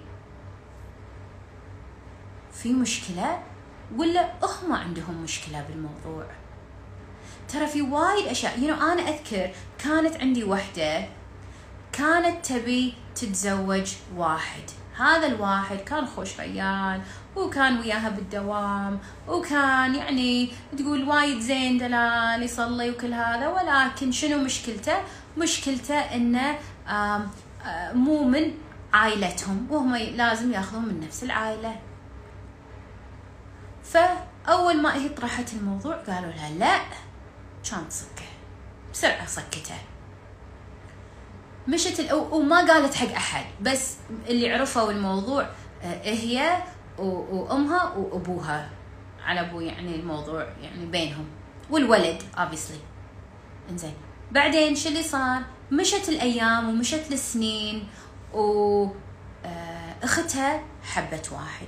في مشكلة ولا هم عندهم مشكلة بالموضوع؟ ترى في وايد أشياء. أنا أذكر كانت عندي وحدة كانت تبي تتزوج واحد، هذا الواحد كان خوش ريال وكان وياها بالدوام وكان تقول وايد زين دلال يصلي وكل هذا، ولكن شنو مشكلته؟ مشكلته إنه مو من عائلتهم وهم لازم ياخذون من نفس العائلة. فأول ما هي طرحت الموضوع قالوا لها لا، كانت تصكه بسرعة، صكته مشت وما قالت حق أحد، بس اللي عرفوا الموضوع هي وأمها وأبوها، على أبو الموضوع بينهم والولد obviously. إنزين بعدين شو اللي صار؟ مشت الأيام ومشت السنين، أختها حبت واحد.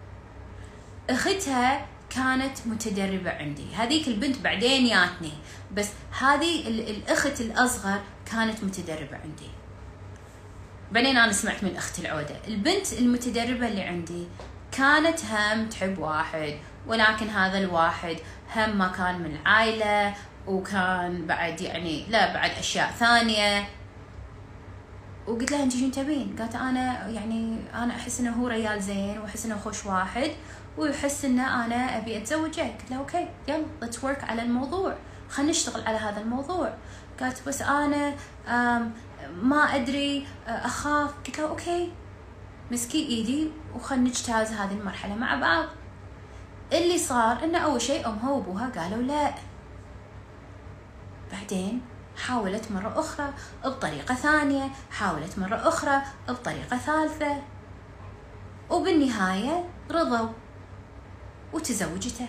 أختها كانت متدربة عندي، هذيك البنت بعدين ياتني، بس هذه الأخت الأصغر كانت متدربة عندي. بعدين أنا سمعت من أختي العودة. البنت المتدربة اللي عندي كانت هم تحب واحد، ولكن هذا الواحد هم ما كان من العائلة، وكان بعد لا بعد أشياء ثانية. وقلت لها أنت شو تبين؟ قالت أنا أحس إنه هو ريال زين، وأحس إنه خوش واحد، ويحس إنه أنا أبي أتزوجه. قلت لها أوكي يلا let's work على الموضوع، خلينا نشتغل على هذا الموضوع. قالت بس أنا ما أدري، أخاف. قلت لها أوكي مسكي إيدي وخلنا نجتاز هذه المرحلة مع بعض. اللي صار إنه أول شيء أمها وأبوها قالوا لا. بعدين حاولت مرة أخرى بطريقة ثانية، حاولت مرة أخرى بطريقة ثالثة، وبالنهاية رضوا وتزوجته.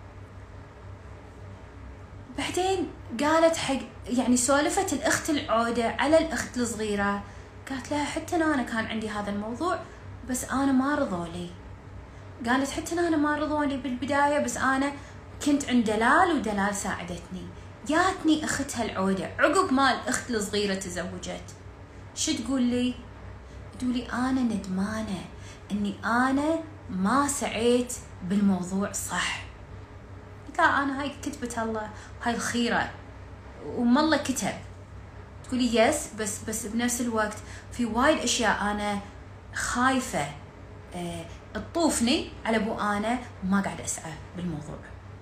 بعدين قالت حق سولفت الأخت العودة على الأخت الصغيرة، قالت لها حتى أنا كان عندي هذا الموضوع بس أنا ما رضولي. قالت حتى أنا ما رضوني بالبداية، بس أنا كنت عند دلال ودلال ساعدتني. جاتني أختها العودة عقب ما الأخت الصغيرة تزوجت. شو تقول لي؟ تقولي أنا ندمانة إني أنا ما سعيت بالموضوع صح. لا أنا هاي كتبت الله، هاي الخيرة وما الله كتب. تقولي يس، بس بنفس الوقت في وايد أشياء أنا خايفة تطوفني على أبو أنا وما قاعد أسعى بالموضوع.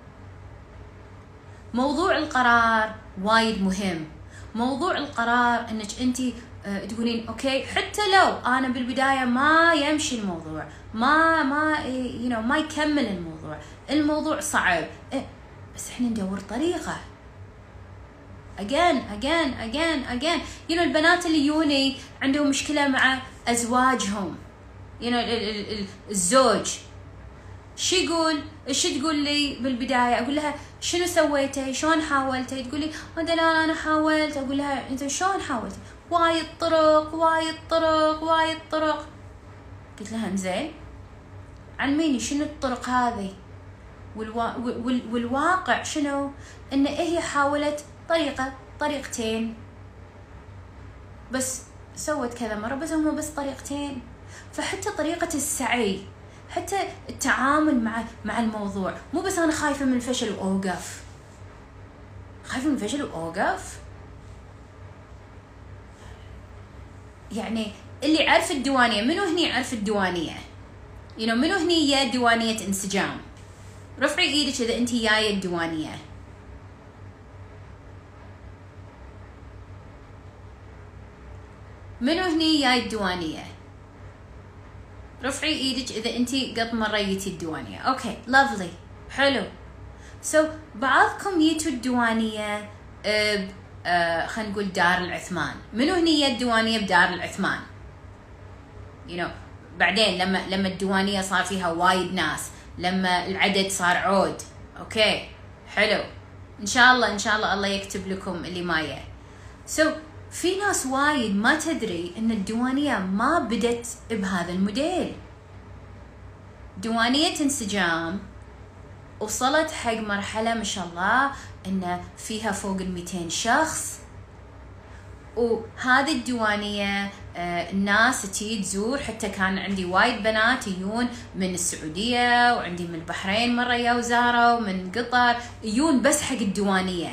موضوع القرار وايد مهم. موضوع القرار انك انتي تقولين اوكي حتى لو انا بالبدايه ما يمشي الموضوع، ما يكمل الموضوع صعب، بس احنا ندور طريقه. again البنات اللي يوني عندهم مشكله مع ازواجهم، الزوج شو تقول لي بالبدايه؟ اقول لها شنو سويتي؟ شلون حاولتي؟ تقول لي دلال انا حاولت. اقول لها انت شلون حاولتي؟ وايد طرق. قلت لها انزين علميني شنو الطرق هذه، والواقع شنو؟ ان هي حاولت طريقتين بس، سوت كذا مره بس، هم بس طريقتين. فحتى طريقه السعي، حتى التعامل مع الموضوع، مو بس أنا خايفة من الفشل وأوقف. اللي عرف الديوانية، منو هني عرف الديوانية؟ منو هني يا ديوانية انسجام؟ رفعي ايدك إذا أنتي جاية الديوانية. منو هني جاي الديوانية؟ رفعي ايدك اذا انتي قد مريتي الديوانية. اوكي لافلي، حلو. بعضكم جيتوا الديوانية خلينا نقول دار العثمان. منو هني الديوانية بدار العثمان؟ بعدين لما الديوانية صار فيها وايد ناس، لما العدد صار عود. اوكي حلو، ان شاء الله ان شاء الله الله يكتب لكم اللي مايه. في ناس وايد ما تدري ان الديوانية ما بدت بهذا الموديل. ديوانية انسجام وصلت حق مرحلة ما شاء الله ان فيها فوق 200 شخص، وهذه الديوانية الناس تيجي تزور. حتى كان عندي وايد بنات يجون من السعودية، وعندي من البحرين مرة يا وزارة، ومن قطر يجون بس حق الديوانية.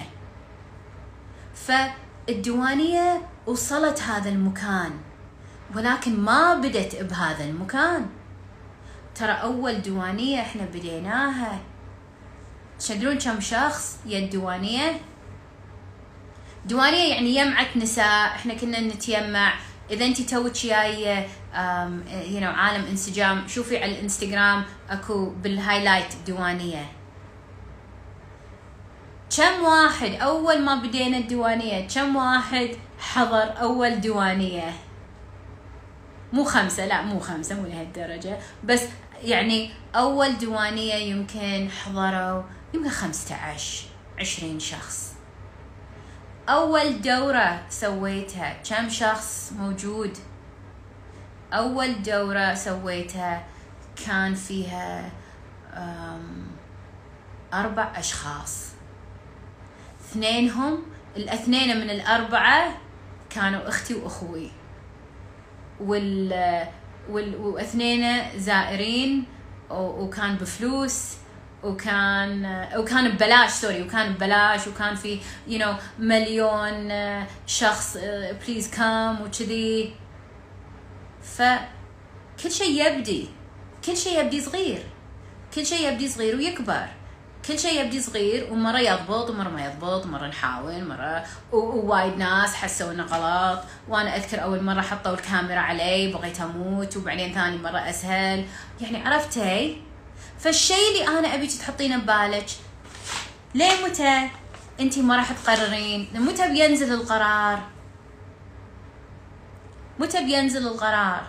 فالديوانية وصلت هذا المكان، ولكن ما بدت بهذا المكان. ترى أول ديوانية احنا بديناها تدرون كم شخص يا الديوانية؟ ديوانية يعني جمعة نساء، احنا كنا نتجمع. اذا انتي توك جاية عالم انسجام، شوفي على الانستغرام اكو بالهايلايت ديوانية. كم واحد اول ما بدينا الديوانية كم واحد حضر اول ديوانية؟ مو 5، لا مو 5، مو لهالدرجة، بس يعني اول ديوانية يمكن حضروا يمكن 15 20 شخص. أول دورة سويتها كم شخص موجود؟ أول دورة سويتها كان فيها 4 أشخاص، الاثنين من ال4 كانوا أختي وأخوي، واثنين زائرين، وكان بفلوس، وكان ببلاش، وكان ببلاش، وكان في مليون شخص بليز كام وكذي. فكل شيء يبدي صغير، كل شيء يبدي صغير ويكبر، كل شيء يبدي صغير، ومرة يضبط ومرة ما يضبط، مرة نحاول، مرة ووايد ناس حسوا انه غلط. وانا اذكر اول مرة حطوا الكاميرا علي بغيت اموت، وبعدين ثاني مرة اسهل، يعني عرفتي. فالشيء اللي انا ابيك تحطينه ببالك، ليه متى انتي ما راح تقررين؟ متى بينزل القرار؟ متى بينزل القرار؟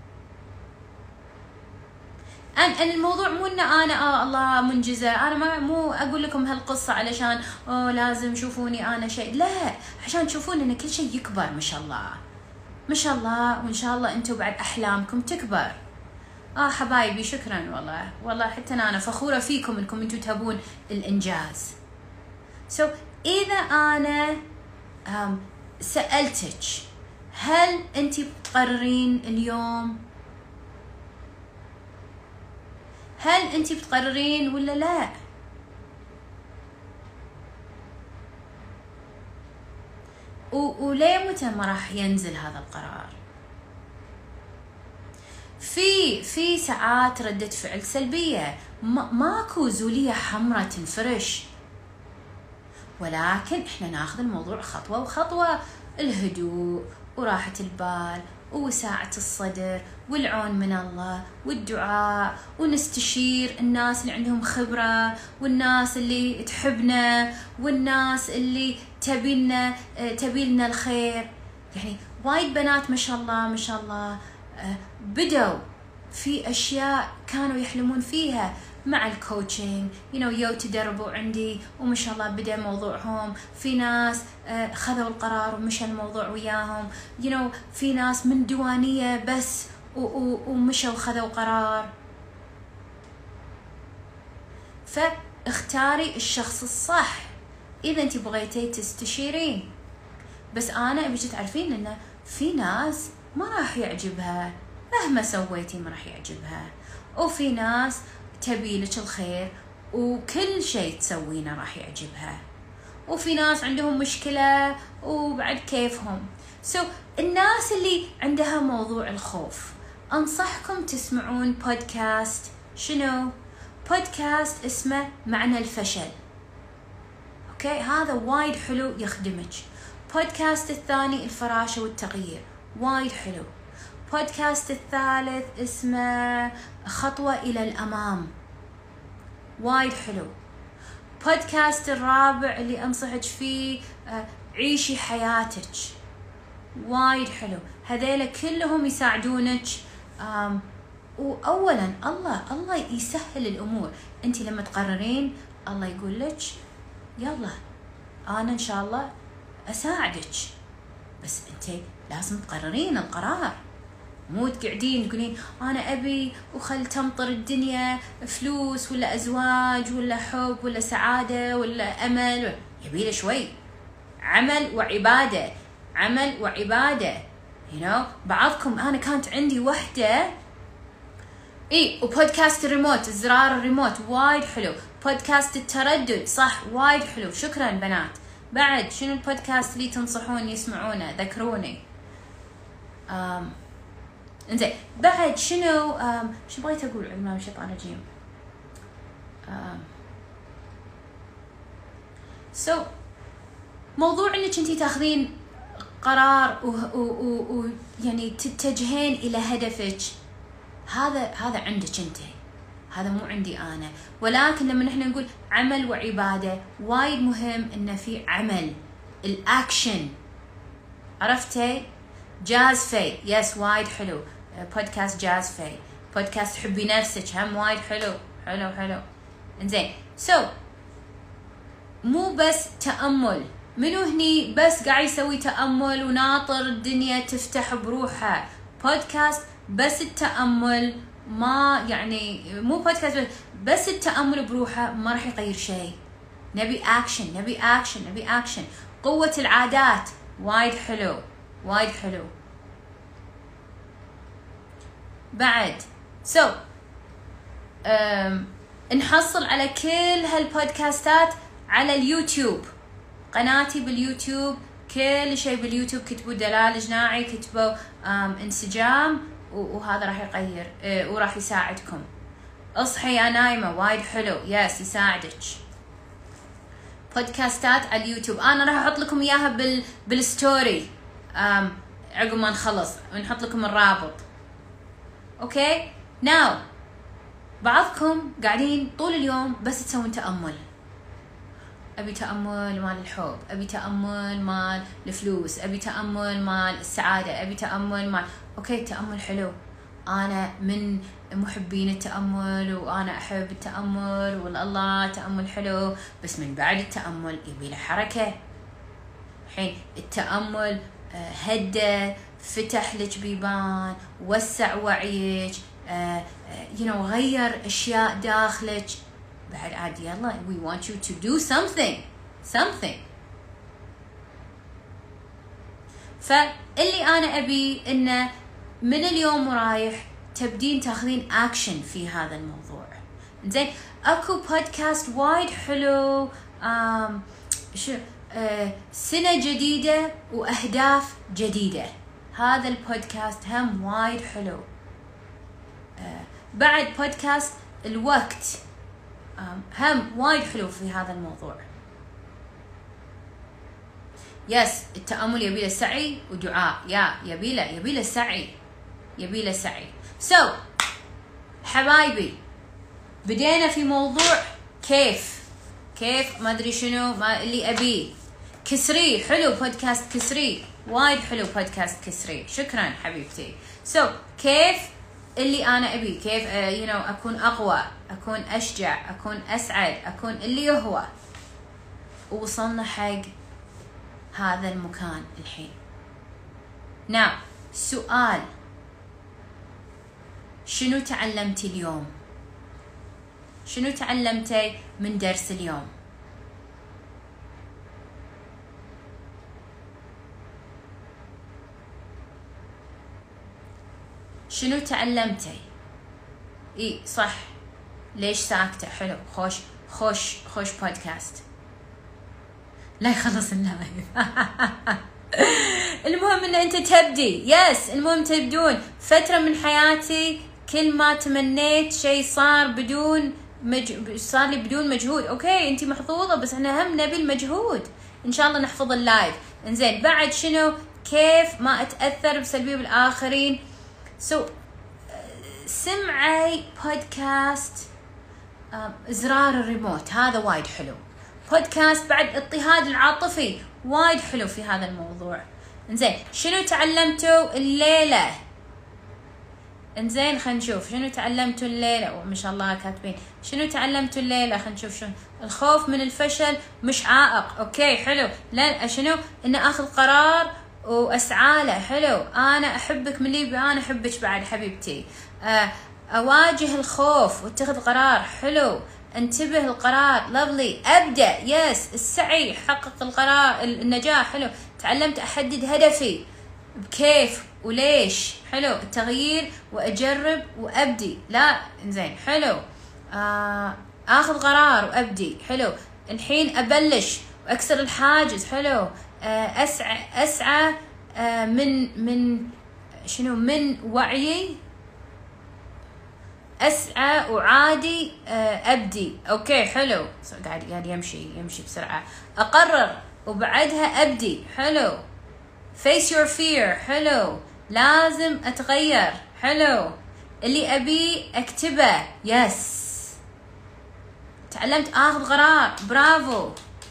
أن الموضوع مو ان انا الله منجزة، انا مو اقول لكم هالقصة علشان لازم شوفوني انا شيء، لا، عشان تشوفون ان كل شيء يكبر ما شاء الله ما شاء الله، وان شاء الله انتم بعد احلامكم تكبر. حبايبي شكرا، والله حتى أنا فخورة فيكم إنكم أنتوا تبون الإنجاز. إذا أنا سألتك هل أنتي بتقررين اليوم؟ هل أنتي بتقررين ولا لا؟ وليه متى ما راح ينزل هذا القرار؟ في ساعات ردة فعل سلبية، ماكو زولية حمراء تنفرش، ولكن احنا ناخذ الموضوع خطوة وخطوة. الهدوء وراحة البال ووساعة الصدر والعون من الله والدعاء، ونستشير الناس اللي عندهم خبرة، والناس اللي تحبنا، والناس اللي تبيلنا الخير. يعني وايد بنات ما شاء الله ما شاء الله بدوا في أشياء كانوا يحلمون فيها مع الكوتشنج، يو تدربوا عندي وما شاء الله بدأ موضوعهم. في ناس خذوا القرار ومشى الموضوع وياهم، في ناس من ديوانية بس ومشوا وخذوا قرار. فاختاري الشخص الصح إذا أنت بغيتي تستشيرين. بس أنا أبيك تعرفين إن في ناس ما راح يعجبها مهما سويتي، ما راح يعجبها، وفي ناس تبيلك الخير وكل شيء تسوينه راح يعجبها، وفي ناس عندهم مشكلة وبعد كيفهم. الناس اللي عندها موضوع الخوف، أنصحكم تسمعون بودكاست. شنو؟ بودكاست اسمه معنى الفشل. اوكي، هذا وايد حلو يخدمك. بودكاست الثاني الفراشة والتغيير، وايد حلو. بودكاست الثالث اسمه خطوة إلى الأمام، وايد حلو. بودكاست الرابع اللي أنصحك فيه عيشي حياتك، وايد حلو. هذيلا كلهم يساعدونك واولا الله يسهل الامور. انت لما تقررين الله يقول لك يلا انا ان شاء الله اساعدك، بس انت لازم تقررين القرار، مو تقعدين تقولين انا ابي وخل تمطر الدنيا فلوس ولا ازواج ولا حب ولا سعاده ولا امل. يبيله شوي عمل وعباده، عمل وعباده. بعضكم انا كانت عندي وحده وبودكاست الريموت، زرار الريموت وايد حلو، بودكاست التردد صح وايد حلو، شكرا بنات. بعد شنو البودكاست اللي تنصحون يسمعونه؟ ذكروني. انزين بعد شنو شو بغيت اقول؟ علم الشيطان الرجيم. موضوع انك انتي تاخذين قرار يعني تتجهين الى هدفك، هذا عندك انت، هذا مو عندي انا. ولكن لما نحن نقول عمل وعباده وايد مهم انه في عمل، الاكشن. عرفتي؟ جاز في يس وايد حلو، بودكاست جاز في، بودكاست حبي نفسك هم وايد حلو حلو حلو. انزين مو بس تأمل، منو هني بس قاعد يسوي تأمل وناطر الدنيا تفتح بروحها؟ بودكاست بس التأمل ما يعني مو بودكاست بس التأمل بروحه ما راح يغير شيء. نبي اكشن، نبي اكشن، نبي اكشن. قوة العادات وايد حلو وايد حلو. بعد نحصل على كل هالبودكاستات على اليوتيوب، قناتي باليوتيوب، كل شيء باليوتيوب. كتبوا دلال جناعي، كتبوا انسجام، وهذا راح يغير وراح يساعدكم. اصحي يا نايمة وايد حلو، يس يساعدك. بودكاستات على اليوتيوب انا راح احط لكم اياها بالستوري عقب ما نخلص ونحط لكم الرابط. اوكي ناو بعضكم قاعدين طول اليوم بس تسوون تأمل. ابي تأمل مال الحب، ابي تأمل مال الفلوس، ابي تأمل مال السعادة، ابي تأمل مال اوكي التأمل حلو، انا من محبين التأمل وانا احب التأمل والله تأمل حلو، بس من بعد التأمل يبي له حركة. الحين التأمل هدى، فتح لك بيبان، وسع وعيك، غير اشياء داخلك. بعد عاد يلا we want you to do something. فاللي انا ابي انه من اليوم ورايح تبدين تاخذين اكشن في هذا الموضوع. زين اكو بودكاست وايد حلو سنة جديدة واهداف جديدة، هذا البودكاست هم وايد حلو. بعد بودكاست الوقت هم وايد حلو في هذا الموضوع. يس التأمل يبي له سعي ودعاء، يبي له سعي. حبايبي بدينا في موضوع كيف ما ادري شنو ما اللي ابيه. كسري حلو، بودكاست كسري وايد حلو، بودكاست كسري شكرا حبيبتي. كيف اللي انا ابي، كيف اكون اقوى، اكون اشجع، اكون اسعد، اكون اللي هو. ووصلنا حق هذا المكان الحين. نعم سؤال، شنو تعلمتي اليوم؟ شنو تعلمتي من درس اليوم؟ شنو تعلمتي؟ صح، ليش ساكتة؟ حلو، خوش بودكاست لا يخلص اللايف. المهم ان انت تبدي، المهم تبدون. فترة من حياتي كل ما تمنيت شيء صار صار لي بدون مجهود. اوكي انت محظوظة، بس احنا هم نبي المجهود. ان شاء الله نحفظ اللايف. انزين بعد شنو؟ كيف ما اتأثر بسلبية بالاخرين. سمعي بودكاست زرار الريموت، هذا وايد حلو. بودكاست بعد اضطهاد العاطفي وايد حلو في هذا الموضوع. انزين شنو تعلمتوا الليلة؟ انزين خلينا نشوف شنو تعلمتوا الليلة. ما شاء الله كاتبين شنو تعلمتوا الليلة. خلينا نشوف شنو. الخوف من الفشل مش عائق. اوكي حلو. لا شنو ان اخذ قرار واسعى له. حلو. انا احبك من ليبيا، انا احبك بعد حبيبتي. اواجه الخوف واتخذ قرار. حلو. انتبه القرار. لافلي. ابدا. يس. السعي حقق القرار النجاح. حلو. تعلمت احدد هدفي بكيف وليش. حلو. التغيير واجرب وابدي. لا انزين. حلو. اخذ قرار وابدي. حلو. الحين ابلش واكسر الحاجز. حلو. اسعى من شنو من وعيي. اسعى وعادي ابدي. اوكي حلو. قاعد يمشي بسرعه. اقرر وبعدها ابدي. حلو. face your fear. حلو. لازم اتغير. حلو. اللي ابيه اكتبه. يس. تعلمت اخذ قرار. برافو.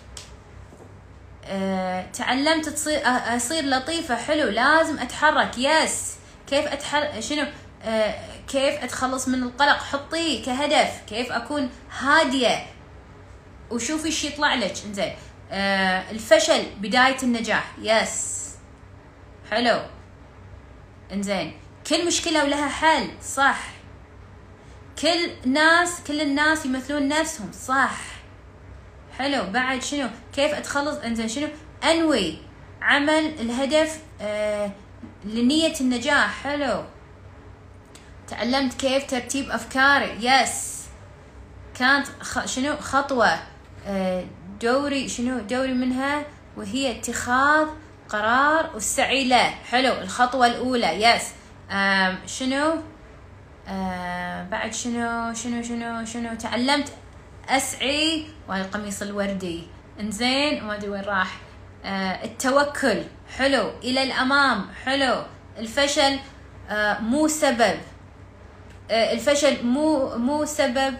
تعلمت اصير لطيفة. حلو. لازم اتحرك. يس. كيف اتحرك شنو كيف اتخلص من القلق. حطيه كهدف. كيف اكون هادية وشوفي ايش يطلع لك. انزين. الفشل بداية النجاح. يس. حلو. انزين. كل مشكلة ولها حل. صح. كل الناس يمثلون نفسهم. صح. حلو. بعد شنو كيف اتخلص. انزين شنو انوي عمل الهدف لنية النجاح. حلو. تعلمت كيف ترتيب افكاري. يس. كانت شنو خطوة دوري منها وهي اتخاذ قرار والسعي له. حلو. الخطوة الأولى. يس. شنو بعد شنو تعلمت أسعي. والقميص الوردي. انزين. ما أدري وين راح. التوكل. حلو. إلى الأمام. حلو. الفشل مو سبب. الفشل مو سبب.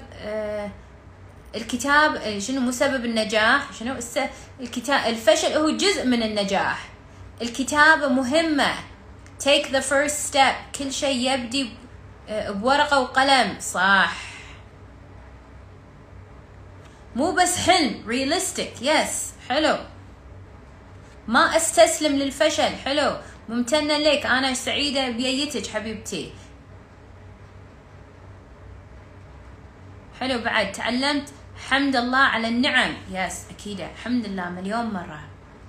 الكتاب شنو مو سبب النجاح. شنو الكتاب. الفشل هو جزء من النجاح. الكتابة مهمة. take the first step. كل شيء يبدي بورقة وقلم. صح. مو بس حلم. realistic. يس. حلو. ما استسلم للفشل. حلو. ممتنة لك. أنا سعيدة بيتك حبيبتي. حلو. بعد تعلمت حمد الله على النعم. يس أكيد. حمد الله مليون مرة.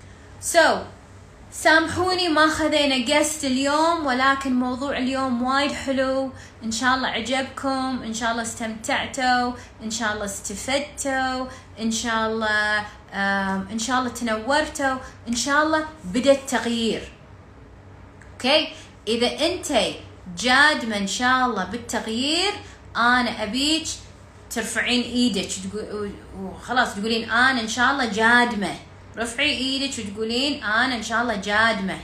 سامحوني ما خذينا قست اليوم، ولكن موضوع اليوم وايد حلو. إن شاء الله عجبكم. إن شاء الله استمتعتوا. إن شاء الله استفدتوا. إن شاء الله تنورتوا. إن شاء الله بدأ التغيير. أوكي. إذا أنت جادمة إن شاء الله بالتغيير، أنا أبيك ترفعين ايدك وخلاص تقولين انا ان شاء الله جادمة. رفعي ايدك وتقولين انا ان شاء الله جادمة.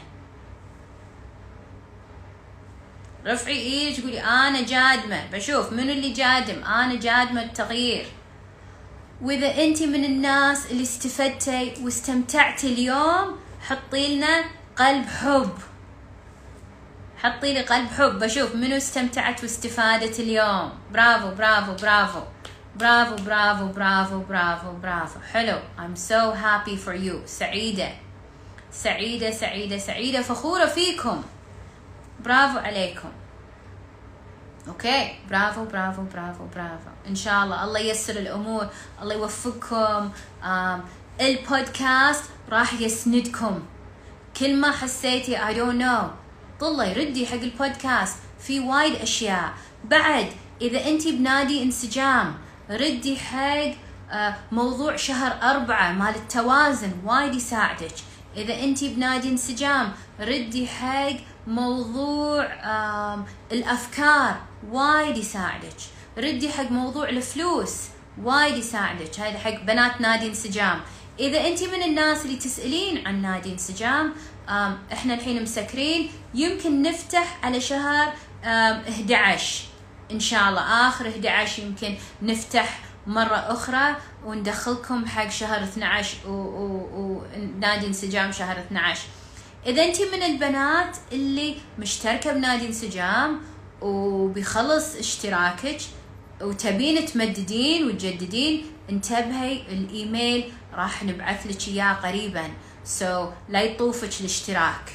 رفعي ايدك تقولي انا جادمة. بشوف منو اللي جادم. انا جادمة التغيير. واذا انت من الناس اللي استفدتي واستمتعتي اليوم، حطي لنا قلب حب. حطي لي قلب حب. بشوف منو استمتعت واستفادت اليوم. برافو برافو برافو برافو برافو برافو برافو برافو. حلو. I'm so happy for you. سعيدة سعيدة سعيدة سعيدة. فخورة فيكم. برافو عليكم. اوكي. برافو برافو برافو برافو. ان شاء الله ييسر الامور. الله يوفقكم. البودكاست راح يسندكم. كل ما حسيتي I don't know، طلعي ردي حق البودكاست. في وايد اشياء. بعد اذا انتي بنادي انسجام، ردي حق موضوع شهر 4 مال التوازن، وايد يساعدك. اذا انتي بنادي انسجام، ردي حق موضوع الافكار، وايد يساعدك. ردي حق موضوع الفلوس، وايد يساعدك. هذا حق بنات نادي انسجام. اذا انتي من الناس اللي تسألين عن نادي انسجام، احنا الحين مسكرين، يمكن نفتح على شهر 11 ان شاء الله. اخر 11 يمكن نفتح مرة اخرى وندخلكم حق شهر 12 ونادي انسجام شهر 12. اذا انتي من البنات اللي مشتركة بنادي انسجام وبيخلص اشتراكك وتبين تمددين وتجددين، انتبهي الايميل راح نبعث لك اياه قريبا، لا يطوفك الاشتراك.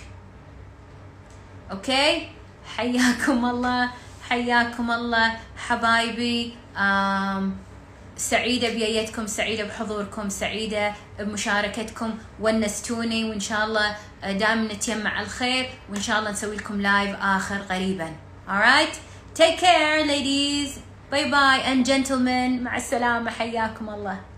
اوكي، حياكم الله حياكم الله حبايبي. سعيدة بيتكم، سعيدة بحضوركم، سعيدة بمشاركتكم، ونستوني، وإن شاء الله دائما نتجمع على الخير، وإن شاء الله نسوي لكم لايف آخر قريبا. alright, take care ladies, bye bye and gentlemen، مع السلامة، حياكم الله.